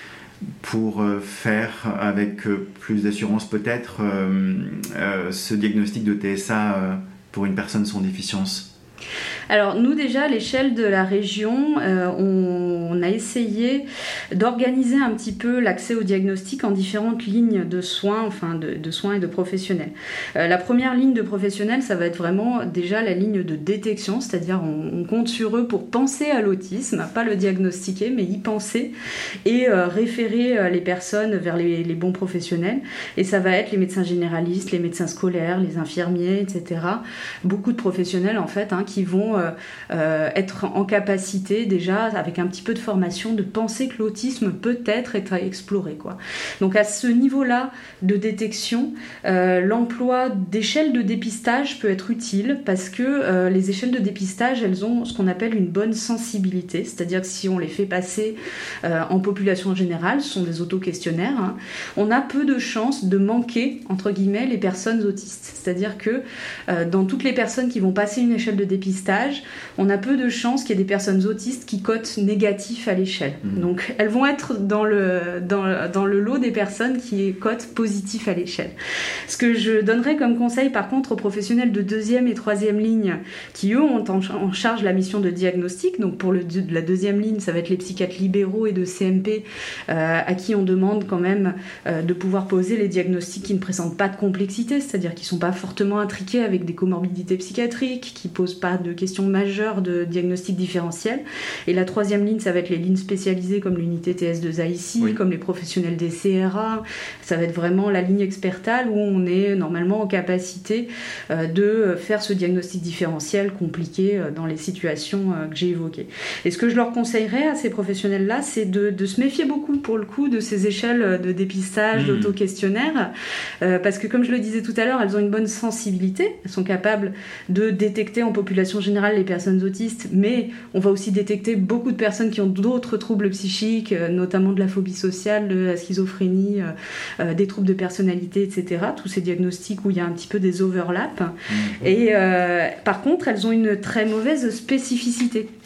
pour faire avec plus d'assurance peut-être euh, euh, ce diagnostic de T S A euh, pour une personne sans déficience ? Alors nous déjà à l'échelle de la région, euh, on, on a essayé d'organiser un petit peu l'accès au diagnostic en différentes lignes de soins, enfin de, de soins et de professionnels. Euh, la première ligne de professionnels, ça va être vraiment déjà la ligne de détection, c'est-à-dire on, on compte sur eux pour penser à l'autisme, pas le diagnostiquer, mais y penser et euh, référer euh, les personnes vers les, les bons professionnels. Et ça va être les médecins généralistes, les médecins scolaires, les infirmiers, et cetera. Beaucoup de professionnels en fait hein, qui vont euh, euh, être en capacité déjà, avec un petit peu de formation, de penser que l'autisme peut être, être exploré, quoi. Donc à ce niveau-là de détection, euh, l'emploi d'échelles de dépistage peut être utile parce que euh, les échelles de dépistage, elles ont ce qu'on appelle une bonne sensibilité, c'est-à-dire que si on les fait passer euh, en population générale, ce sont des auto-questionnaires, hein, on a peu de chances de manquer, entre guillemets, les personnes autistes. C'est-à-dire que euh, dans toutes les personnes qui vont passer une échelle de dépistage, on a peu de chances qu'il y ait des personnes autistes qui cotent négatif à l'échelle. Mmh. Donc elles vont être dans le, dans, dans le lot des personnes qui cotent positif à l'échelle. Ce que je donnerais comme conseil par contre aux professionnels de deuxième et troisième ligne qui eux ont en, en charge la mission de diagnostic, donc pour le, de la deuxième ligne ça va être les psychiatres libéraux et de C M P euh, à qui on demande quand même euh, de pouvoir poser les diagnostics qui ne présentent pas de complexité, c'est-à-dire qui ne sont pas fortement intriqués avec des comorbidités psychiatriques, qui ne posent pas de questions majeures de diagnostic différentiel. Et la troisième ligne, ça va être les lignes spécialisées comme l'unité T S deux A ici, oui. comme les professionnels des C R A. Ça va être vraiment la ligne expertale où on est normalement en capacité euh, de faire ce diagnostic différentiel compliqué euh, dans les situations euh, que j'ai évoquées. Et ce que je leur conseillerais à ces professionnels-là, c'est de, de se méfier beaucoup pour le coup de ces échelles de dépistage, mmh. d'auto-questionnaire, euh, parce que comme je le disais tout à l'heure, elles ont une bonne sensibilité, elles sont capables de détecter en population générale les personnes autistes, mais on va aussi détecter beaucoup de personnes qui ont d'autres troubles psychiques, euh, notamment de la phobie sociale, de la schizophrénie, euh, euh, des troubles de personnalité, et cetera. Tous ces diagnostics où il y a un petit peu des overlaps. Mmh. Et euh, par contre, elles ont une très mauvaise spécificité.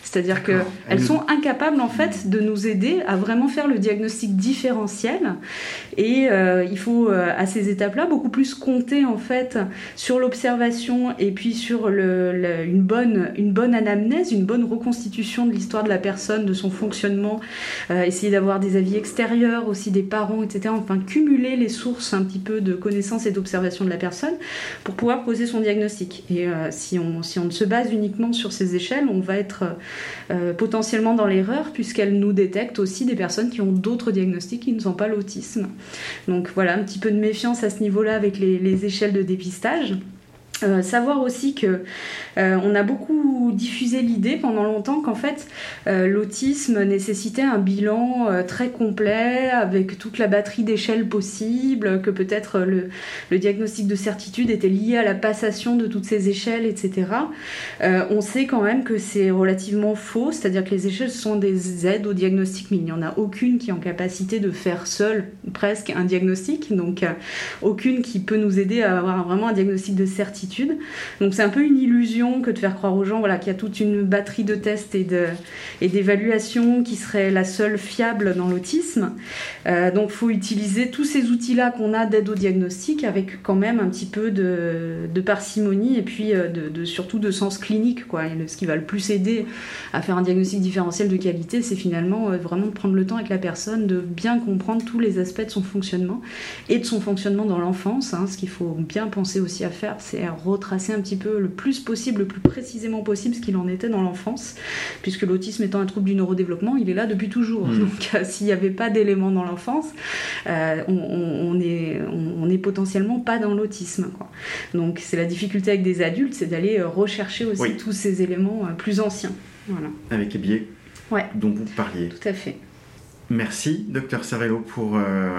C'est-à-dire qu'elles sont incapables en fait de nous aider à vraiment faire le diagnostic différentiel. Et euh, il faut euh, à ces étapes-là beaucoup plus compter en fait sur l'observation et puis sur le, le, une, bonne, une bonne anamnèse, une bonne reconstitution de l'histoire de la personne, de son fonctionnement, euh, essayer d'avoir des avis extérieurs aussi des parents, et cetera. Enfin cumuler les sources un petit peu de connaissances et d'observation de la personne pour pouvoir poser son diagnostic. Et euh, si, on, si on se base uniquement sur ces échelles, on va être Euh, potentiellement dans l'erreur puisqu'elle nous détecte aussi des personnes qui ont d'autres diagnostics qui ne sont pas l'autisme. Donc voilà, un petit peu de méfiance à ce niveau-là avec les, les échelles de dépistage. Euh, savoir aussi que euh, on a beaucoup diffusé l'idée pendant longtemps qu'en fait euh, l'autisme nécessitait un bilan euh, très complet avec toute la batterie d'échelles possibles, que peut-être le, le diagnostic de certitude était lié à la passation de toutes ces échelles, et cetera. Euh, on sait quand même que c'est relativement faux, c'est-à-dire que les échelles sont des aides au diagnostic, mais il n'y en a aucune qui est en capacité de faire seule presque un diagnostic, donc euh, aucune qui peut nous aider à avoir vraiment un diagnostic de certitude. Donc c'est un peu une illusion que de faire croire aux gens voilà, qu'il y a toute une batterie de tests et, de, et d'évaluations qui serait la seule fiable dans l'autisme. Euh, donc il faut utiliser tous ces outils-là qu'on a d'aide au diagnostic avec quand même un petit peu de, de parcimonie et puis de, de, surtout de sens clinique, quoi. Et ce qui va le plus aider à faire un diagnostic différentiel de qualité, c'est finalement euh, vraiment de prendre le temps avec la personne, de bien comprendre tous les aspects de son fonctionnement et de son fonctionnement dans l'enfance. Hein. Ce qu'il faut bien penser aussi à faire, c'est retracer un petit peu le plus possible, le plus précisément possible ce qu'il en était dans l'enfance, puisque l'autisme étant un trouble du neurodéveloppement, il est là depuis toujours. Mmh. Donc euh, s'il n'y avait pas d'éléments dans l'enfance, euh, on, on, est, on, on est potentiellement pas dans l'autisme, quoi. Donc c'est la difficulté avec des adultes, c'est d'aller rechercher aussi oui. tous ces éléments euh, plus anciens. Voilà. Avec les biais ouais. dont vous parliez. Tout à fait. Merci, docteur Cervello, pour euh,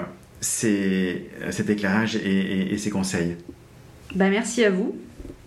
ces, cet éclairage et, et, et ces conseils. Bah, merci à vous.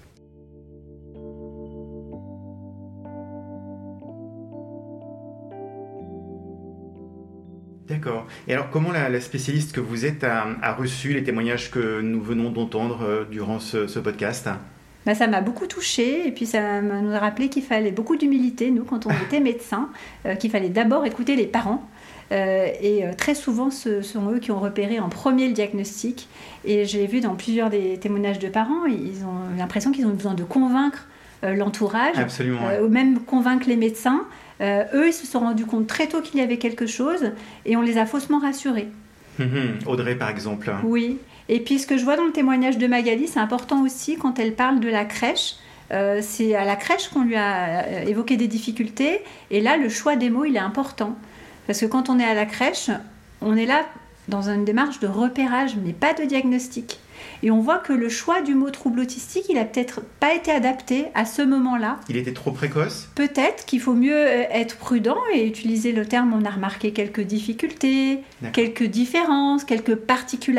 D'accord. Et alors, comment la, la spécialiste que vous êtes a, a reçu les témoignages que nous venons d'entendre euh, durant ce, ce podcast ? Bah, ça m'a beaucoup touchée et puis ça nous a rappelé qu'il fallait beaucoup d'humilité, nous, quand on était médecins, euh, qu'il fallait d'abord écouter les parents. Euh, et euh, très souvent, ce sont eux qui ont repéré en premier le diagnostic. Et j'ai vu dans plusieurs des témoignages de parents, ils ont l'impression qu'ils ont besoin de convaincre euh, l'entourage, Absolument, euh, ouais. ou même convaincre les médecins. Euh, eux, ils se sont rendus compte très tôt qu'il y avait quelque chose et on les a faussement rassurés. Mmh, Audrey, par exemple. Oui. Et puis, ce que je vois dans le témoignage de Magali, c'est important aussi quand elle parle de la crèche. Euh, c'est à la crèche qu'on lui a évoqué des difficultés. Et là, le choix des mots, il est important. Parce que quand on est à la crèche, on est là dans une démarche de repérage, mais pas de diagnostic. Et on voit que le choix du mot trouble autistique, il n'a peut-être pas été adapté à ce moment-là. Il était trop précoce ? Peut-être qu'il faut mieux être prudent et utiliser le terme « on a remarqué quelques difficultés, D'accord. quelques différences, quelques particularités »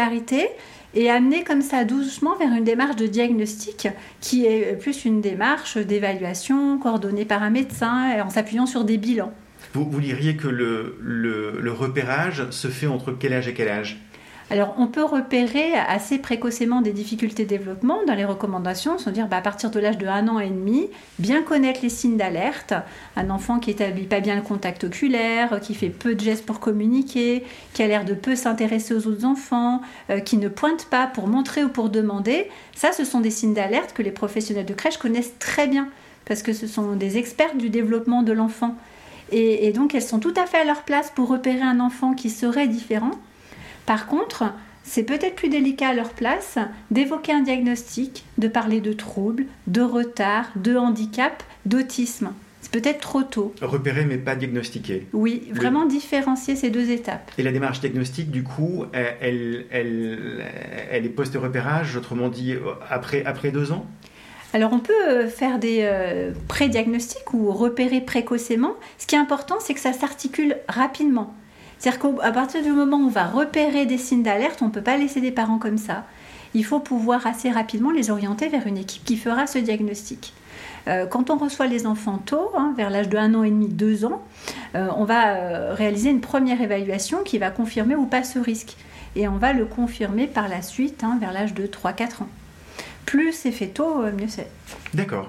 et amener comme ça doucement vers une démarche de diagnostic qui est plus une démarche d'évaluation coordonnée par un médecin en s'appuyant sur des bilans. Vous, vous diriez que le, le, le repérage se fait entre quel âge et quel âge ? Alors, on peut repérer assez précocement des difficultés de développement dans les recommandations, c'est-à-dire bah, à partir de l'âge de un an et demi, bien connaître les signes d'alerte. Un enfant qui n'établit pas bien le contact oculaire, qui fait peu de gestes pour communiquer, qui a l'air de peu s'intéresser aux autres enfants, euh, qui ne pointe pas pour montrer ou pour demander. Ça, ce sont des signes d'alerte que les professionnels de crèche connaissent très bien, parce que ce sont des experts du développement de l'enfant. Et, et donc, elles sont tout à fait à leur place pour repérer un enfant qui serait différent. Par contre, c'est peut-être plus délicat à leur place d'évoquer un diagnostic, de parler de troubles, de retard, de handicap, d'autisme. C'est peut-être trop tôt. Repérer mais pas diagnostiquer. Oui, vraiment Le... différencier ces deux étapes. Et la démarche diagnostique, du coup, elle, elle, elle est post-repérage, autrement dit, après, après deux ans ? Alors on peut faire des euh, pré-diagnostics ou repérer précocement. Ce qui est important, c'est que ça s'articule rapidement. C'est-à-dire qu'à partir du moment où on va repérer des signes d'alerte, on ne peut pas laisser des parents comme ça. Il faut pouvoir assez rapidement les orienter vers une équipe qui fera ce diagnostic. Euh, quand on reçoit les enfants tôt, hein, vers l'âge de un an et demi, deux ans, euh, on va euh, réaliser une première évaluation qui va confirmer ou pas ce risque. Et on va le confirmer par la suite, hein, vers l'âge de trois à quatre ans. Plus c'est fait tôt, mieux c'est. D'accord.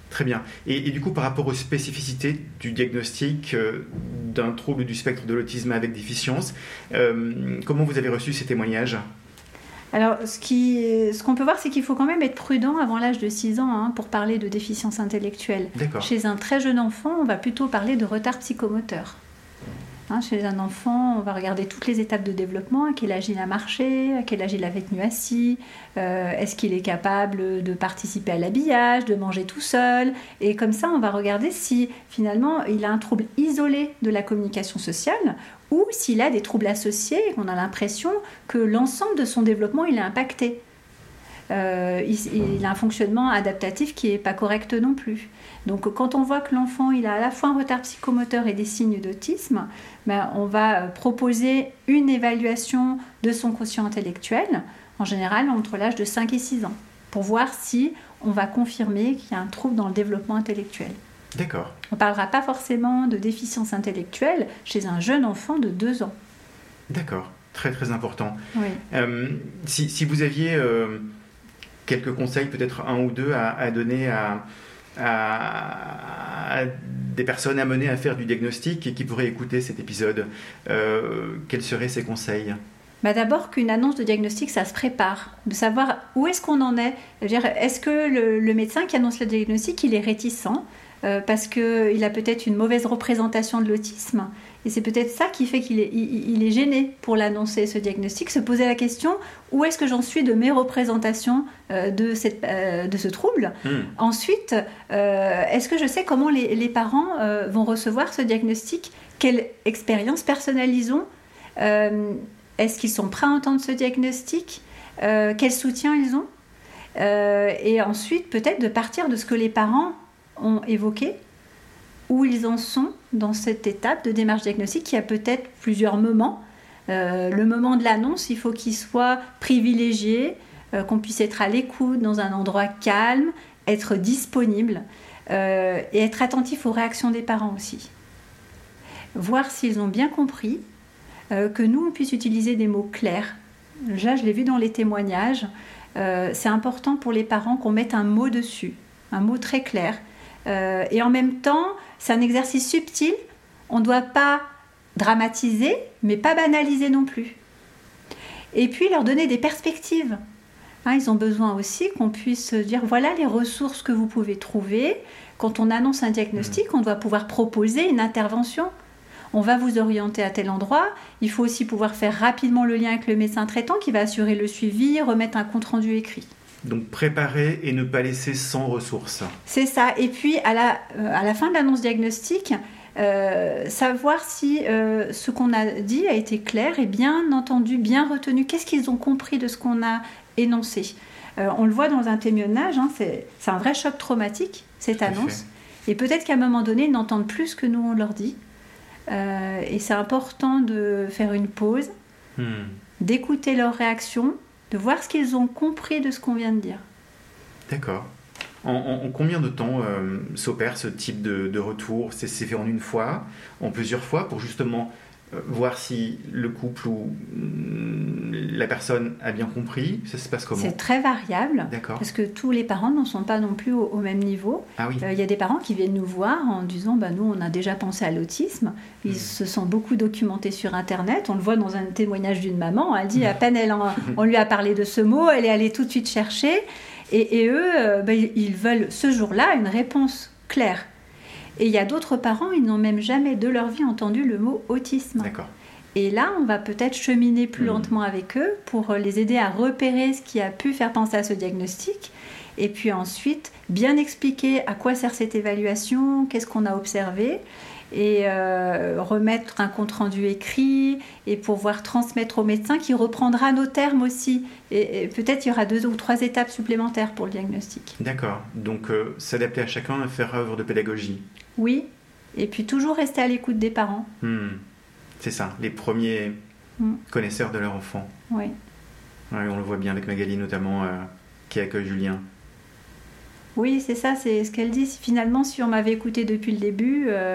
Très bien. Et, et du coup, par rapport aux spécificités du diagnostic euh, d'un trouble du spectre de l'autisme avec déficience, euh, comment vous avez reçu ces témoignages ? Alors, ce, qui, ce qu'on peut voir, c'est qu'il faut quand même être prudent avant l'âge de six ans hein, pour parler de déficience intellectuelle. D'accord. Chez un très jeune enfant, on va plutôt parler de retard psychomoteur. Hein, chez un enfant, on va regarder toutes les étapes de développement, à quel âge il a marché, à quel âge il avait tenu assis, euh, est-ce qu'il est capable de participer à l'habillage, de manger tout seul. Et comme ça, on va regarder si finalement il a un trouble isolé de la communication sociale ou s'il a des troubles associés et qu'on a l'impression que l'ensemble de son développement il est impacté. Euh, il, il a un fonctionnement adaptatif qui n'est pas correct non plus. Donc quand on voit que l'enfant il a à la fois un retard psychomoteur et des signes d'autisme, ben, on va proposer une évaluation de son quotient intellectuel, en général entre l'âge de cinq et six ans, pour voir si on va confirmer qu'il y a un trouble dans le développement intellectuel. D'accord. On ne parlera pas forcément de déficience intellectuelle chez un jeune enfant de deux ans. D'accord, très très important. Oui. Euh, si, si vous aviez euh, quelques conseils, peut-être un ou deux à, à donner à, à, à des personnes amenées à faire du diagnostic et qui pourraient écouter cet épisode, euh, quels seraient ces conseils ? Bah d'abord qu'une annonce de diagnostic, ça se prépare, de savoir où est-ce qu'on en est. C'est-à-dire, est-ce que le, le médecin qui annonce le diagnostic, il est réticent euh, parce qu'il a peut-être une mauvaise représentation de l'autisme. Et c'est peut-être ça qui fait qu'il est, il, il est gêné pour l'annoncer, ce diagnostic, se poser la question, où est-ce que j'en suis de mes représentations euh, de, cette, euh, de ce trouble mmh. Ensuite, euh, est-ce que je sais comment les, les parents euh, vont recevoir ce diagnostic? Quelle expérience personnelle ils ont euh, Est-ce qu'ils sont prêts à entendre ce diagnostic euh, Quel soutien ils ont euh, Et ensuite, peut-être de partir de ce que les parents ont évoqué, où ils en sont dans cette étape de démarche diagnostique. Il y a peut-être plusieurs moments. Euh, le moment de l'annonce, il faut qu'il soit privilégié, euh, qu'on puisse être à l'écoute, dans un endroit calme, être disponible euh, et être attentif aux réactions des parents aussi. Voir s'ils ont bien compris, euh, que nous, on puisse utiliser des mots clairs. Là, je l'ai vu dans les témoignages. Euh, c'est important pour les parents qu'on mette un mot dessus, un mot très clair. Euh, et en même temps, c'est un exercice subtil. On ne doit pas dramatiser, mais pas banaliser non plus. Et puis leur donner des perspectives. Hein, ils ont besoin aussi qu'on puisse dire voilà les ressources que vous pouvez trouver. Quand on annonce un diagnostic, on doit pouvoir proposer une intervention. On va vous orienter à tel endroit. Il faut aussi pouvoir faire rapidement le lien avec le médecin traitant qui va assurer le suivi, remettre un compte-rendu écrit. Donc préparer et ne pas laisser sans ressources. C'est ça. Et puis à la, euh, à la fin de l'annonce diagnostique, euh, savoir si euh, ce qu'on a dit a été clair et bien entendu, bien retenu. Qu'est-ce qu'ils ont compris de ce qu'on a énoncé? euh, On le voit dans un témoignage, hein, c'est, c'est un vrai choc traumatique, cette annonce. Et peut-être qu'à un moment donné, ils n'entendent plus ce que nous, on leur dit. Euh, et c'est important de faire une pause, hmm. d'écouter leurs réactions, de voir ce qu'ils ont compris de ce qu'on vient de dire. D'accord. En, en, en combien de temps euh, s'opère ce type de, de retour? c'est, c'est fait en une fois, en plusieurs fois, pour justement euh, voir si le couple ou mm, la personne a bien compris? Ça se passe comment? C'est très variable. D'accord. Parce que tous les parents n'en sont pas non plus au, au même niveau. Ah oui. Euh, y a des parents qui viennent nous voir en disant bah, nous, on a déjà pensé à l'autisme. Ils mmh. se sont beaucoup documentés sur Internet. On le voit dans un témoignage d'une maman. Elle dit à peine elle en, on lui a parlé de ce mot, elle est allée tout de suite chercher. Et, et eux, euh, bah, ils veulent ce jour-là une réponse claire. Et il y a d'autres parents, ils n'ont même jamais de leur vie entendu le mot autisme. D'accord. Et là, on va peut-être cheminer plus mmh. lentement avec eux pour les aider à repérer ce qui a pu faire penser à ce diagnostic. Et puis ensuite, bien expliquer à quoi sert cette évaluation, qu'est-ce qu'on a observé. Et euh, remettre un compte-rendu écrit et pouvoir transmettre au médecin qui reprendra nos termes aussi. Et, et peut-être il y aura deux ou trois étapes supplémentaires pour le diagnostic. D'accord. Donc euh, s'adapter à chacun et faire œuvre de pédagogie. Oui. Et puis toujours rester à l'écoute des parents. Hmm. C'est ça, les premiers hmm. connaisseurs de leur enfant. Oui. Ouais, on le voit bien avec Magali notamment, euh, qui accueille Julien. Oui, c'est ça, c'est ce qu'elle dit. Finalement, si on m'avait écouté depuis le début, euh,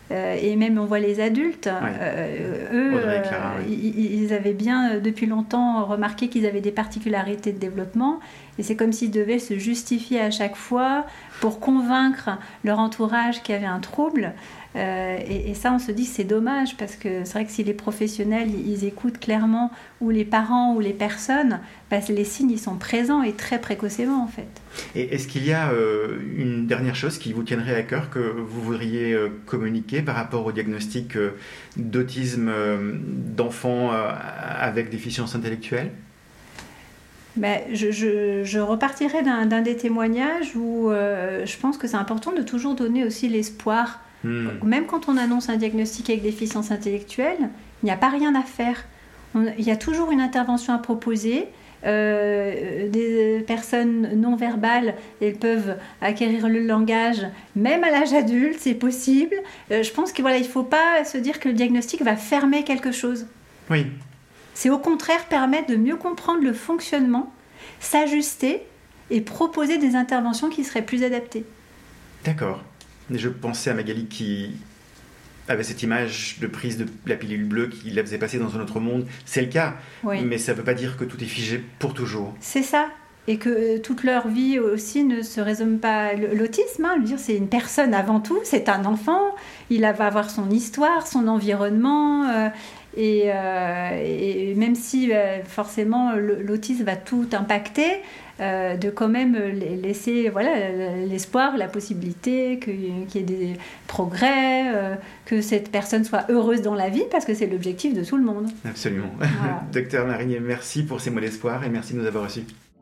euh, et même on voit les adultes, Ouais. euh, eux, Audrey et Clara, euh, oui. ils, ils avaient bien euh, depuis longtemps remarqué qu'ils avaient des particularités de développement, et c'est comme s'ils devaient se justifier à chaque fois pour convaincre leur entourage qu'il y avait un trouble. Euh, et, et ça, on se dit que c'est dommage, parce que c'est vrai que si les professionnels ils, ils écoutent clairement, ou les parents ou les personnes, bah, les signes ils sont présents et très précocement en fait. Et est-ce qu'il y a euh, une dernière chose qui vous tiendrait à cœur, que vous voudriez euh, communiquer par rapport au diagnostic euh, d'autisme euh, d'enfants euh, avec déficience intellectuelle ? Ben, je, je, je repartirai d'un, d'un des témoignages où euh, je pense que c'est important de toujours donner aussi l'espoir. Mmh. Même quand on annonce un diagnostic avec déficience intellectuelle, il n'y a pas rien à faire. On, il y a toujours une intervention à proposer. Euh, des personnes non verbales, elles peuvent acquérir le langage même à l'âge adulte, c'est possible. Euh, je pense qu'il voilà, il ne faut pas se dire que le diagnostic va fermer quelque chose. Oui. C'est au contraire permettre de mieux comprendre le fonctionnement, s'ajuster et proposer des interventions qui seraient plus adaptées. D'accord. Et je pensais à Magali qui avait cette image de prise de la pilule bleue qui la faisait passer dans un autre monde. C'est le cas, oui. Mais ça ne veut pas dire que tout est figé pour toujours. C'est ça. Et que euh, toute leur vie aussi ne se résume pas à l'autisme. Hein. Je veux dire, c'est une personne avant tout, c'est un enfant. Il va avoir son histoire, son environnement. Euh, et, euh, et même si euh, forcément l'autisme va tout impacter, euh, de quand même laisser voilà, l'espoir, la possibilité que, qu'il y ait des progrès, euh, que cette personne soit heureuse dans la vie, parce que c'est l'objectif de tout le monde. Absolument. Voilà. Docteur Marinier, merci pour ces mots d'espoir et merci de nous avoir reçus.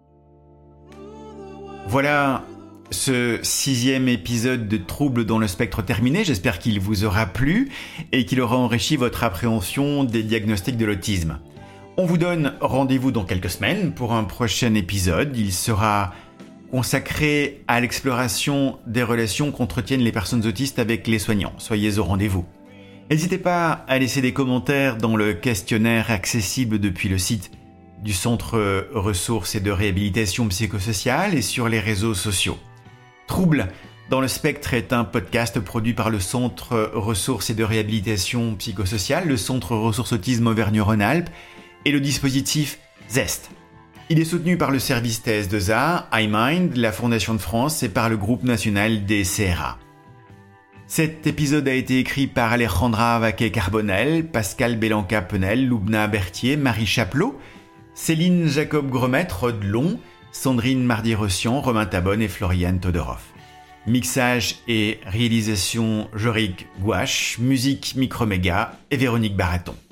Voilà ce sixième épisode de Troubles dans le spectre terminé. J'espère qu'il vous aura plu et qu'il aura enrichi votre appréhension des diagnostics de l'autisme. On vous donne rendez-vous dans quelques semaines pour un prochain épisode. Il sera consacré à l'exploration des relations qu'entretiennent les personnes autistes avec les soignants. Soyez au rendez-vous. N'hésitez pas à laisser des commentaires dans le questionnaire accessible depuis le site du Centre Ressources et de Réhabilitation Psychosociale et sur les réseaux sociaux. Troubles dans le spectre est un podcast produit par le Centre Ressources et de Réhabilitation Psychosociale, le Centre Ressources Autisme Auvergne-Rhône-Alpes et le dispositif Zest. Il est soutenu par le service T S deux A, iMind, la Fondation de France et par le groupe national des C R A. Cet épisode a été écrit par Alejandra Vaquet-Carbonel, Pascal Belanca-Penel, Loubna Berthier, Marie Chaplot, Céline Jacob-Gromet, Rod Long, Sandrine Mardi-Rossian, Romain Tabonne et Floriane Todorov. Mixage et réalisation Jorik Gouache, musique Microméga et Véronique Baraton.